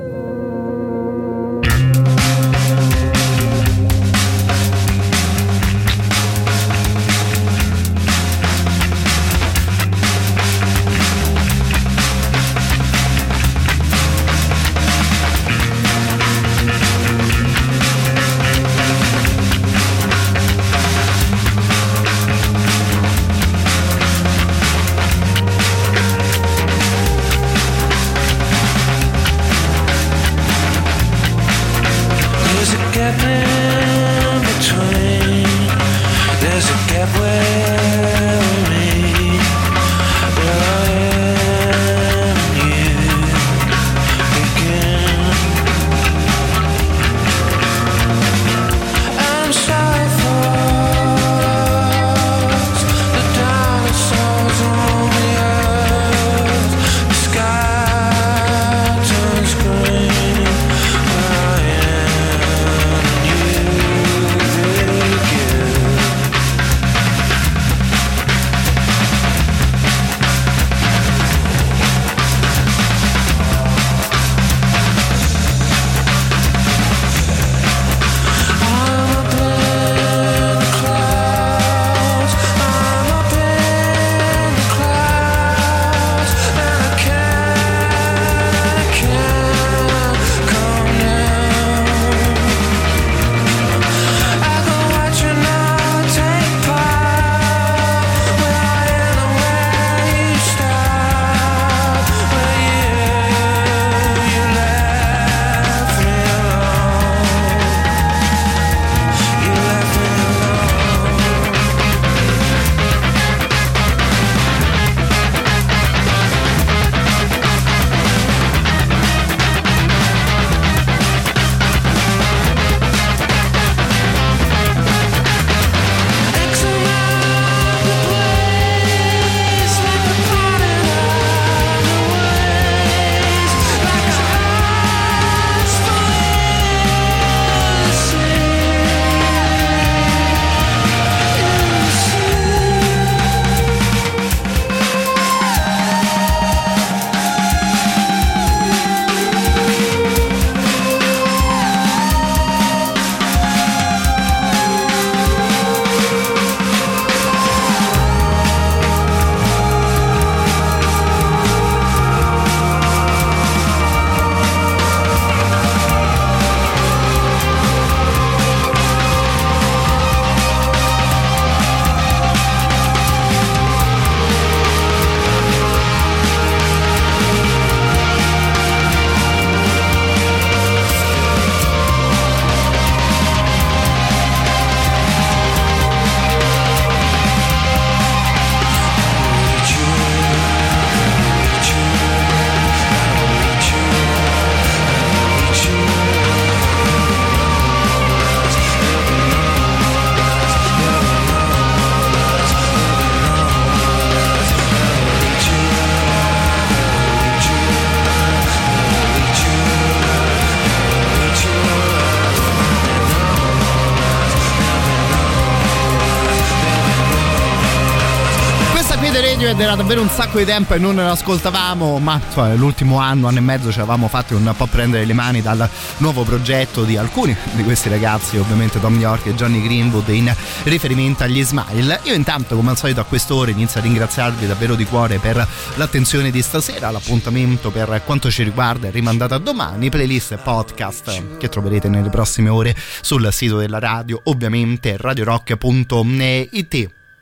Radiohead era davvero un sacco di tempo e non ne ascoltavamo, ma insomma, l'ultimo anno e mezzo ci eravamo fatti un po' prendere le mani dal nuovo progetto di alcuni di questi ragazzi, ovviamente Tom York e Johnny Greenwood, in riferimento agli Smile. Io intanto, come al solito a quest'ora, inizio a ringraziarvi davvero di cuore per l'attenzione di stasera. L'appuntamento per quanto ci riguarda è rimandato a domani, playlist e podcast che troverete nelle prossime ore sul sito della radio, ovviamente radiorock.it.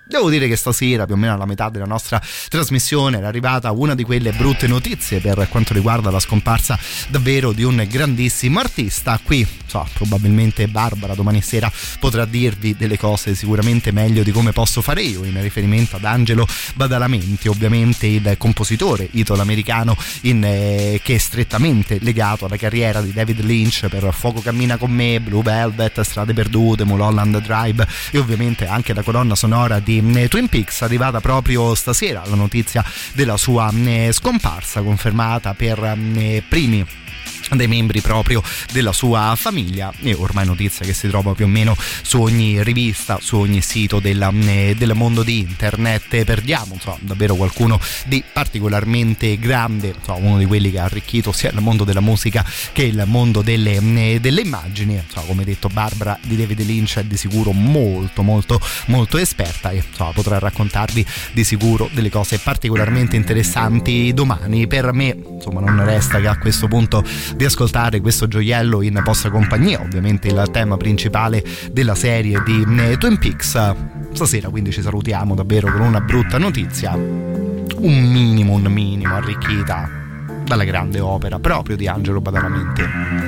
Devo dire che stasera, più o meno alla metà della nostra trasmissione, era arrivata una di quelle brutte notizie per quanto riguarda la scomparsa davvero di un grandissimo artista. Qui probabilmente Barbara domani sera potrà dirvi delle cose sicuramente meglio di come posso fare io, in riferimento ad Angelo Badalamenti, ovviamente il compositore italo-americano che è strettamente legato alla carriera di David Lynch per Fuoco cammina con me, Blue Velvet, Strade perdute, Mulholland Drive e ovviamente anche la colonna sonora di Twin Peaks. Arrivata proprio stasera la notizia della sua scomparsa, confermata per primi dei membri proprio della sua famiglia, e ormai notizia che si trova più o meno su ogni rivista, su ogni sito del mondo di internet. Perdiamo davvero qualcuno di particolarmente grande, uno di quelli che ha arricchito sia il mondo della musica che il mondo delle immagini. Come detto, Barbara di David Lynch è di sicuro molto molto molto esperta e potrà raccontarvi di sicuro delle cose particolarmente interessanti domani. Per me non resta che a questo punto di ascoltare questo gioiello in vostra compagnia, ovviamente il tema principale della serie di Twin Peaks. Stasera quindi ci salutiamo davvero con una brutta notizia, un minimo arricchita dalla grande opera proprio di Angelo Badalamenti.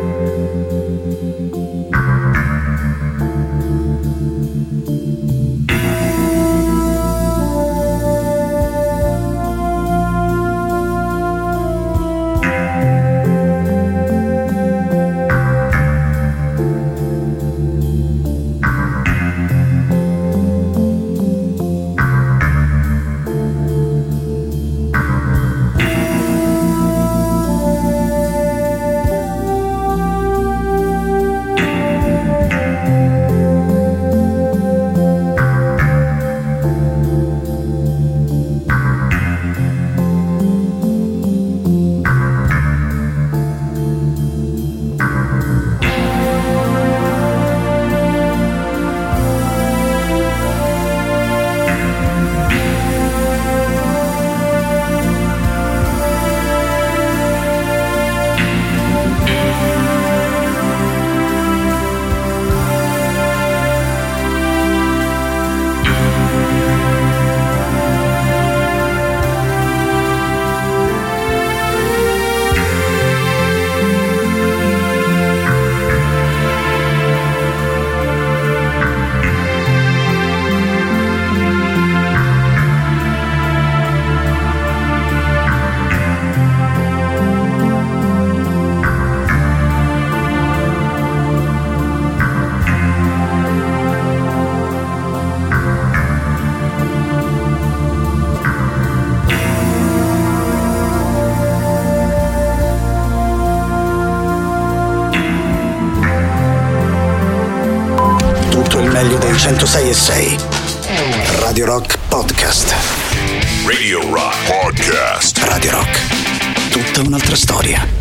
Meglio dei 106.6 Radio Rock Podcast. Radio Rock Podcast. Radio Rock, tutta un'altra storia.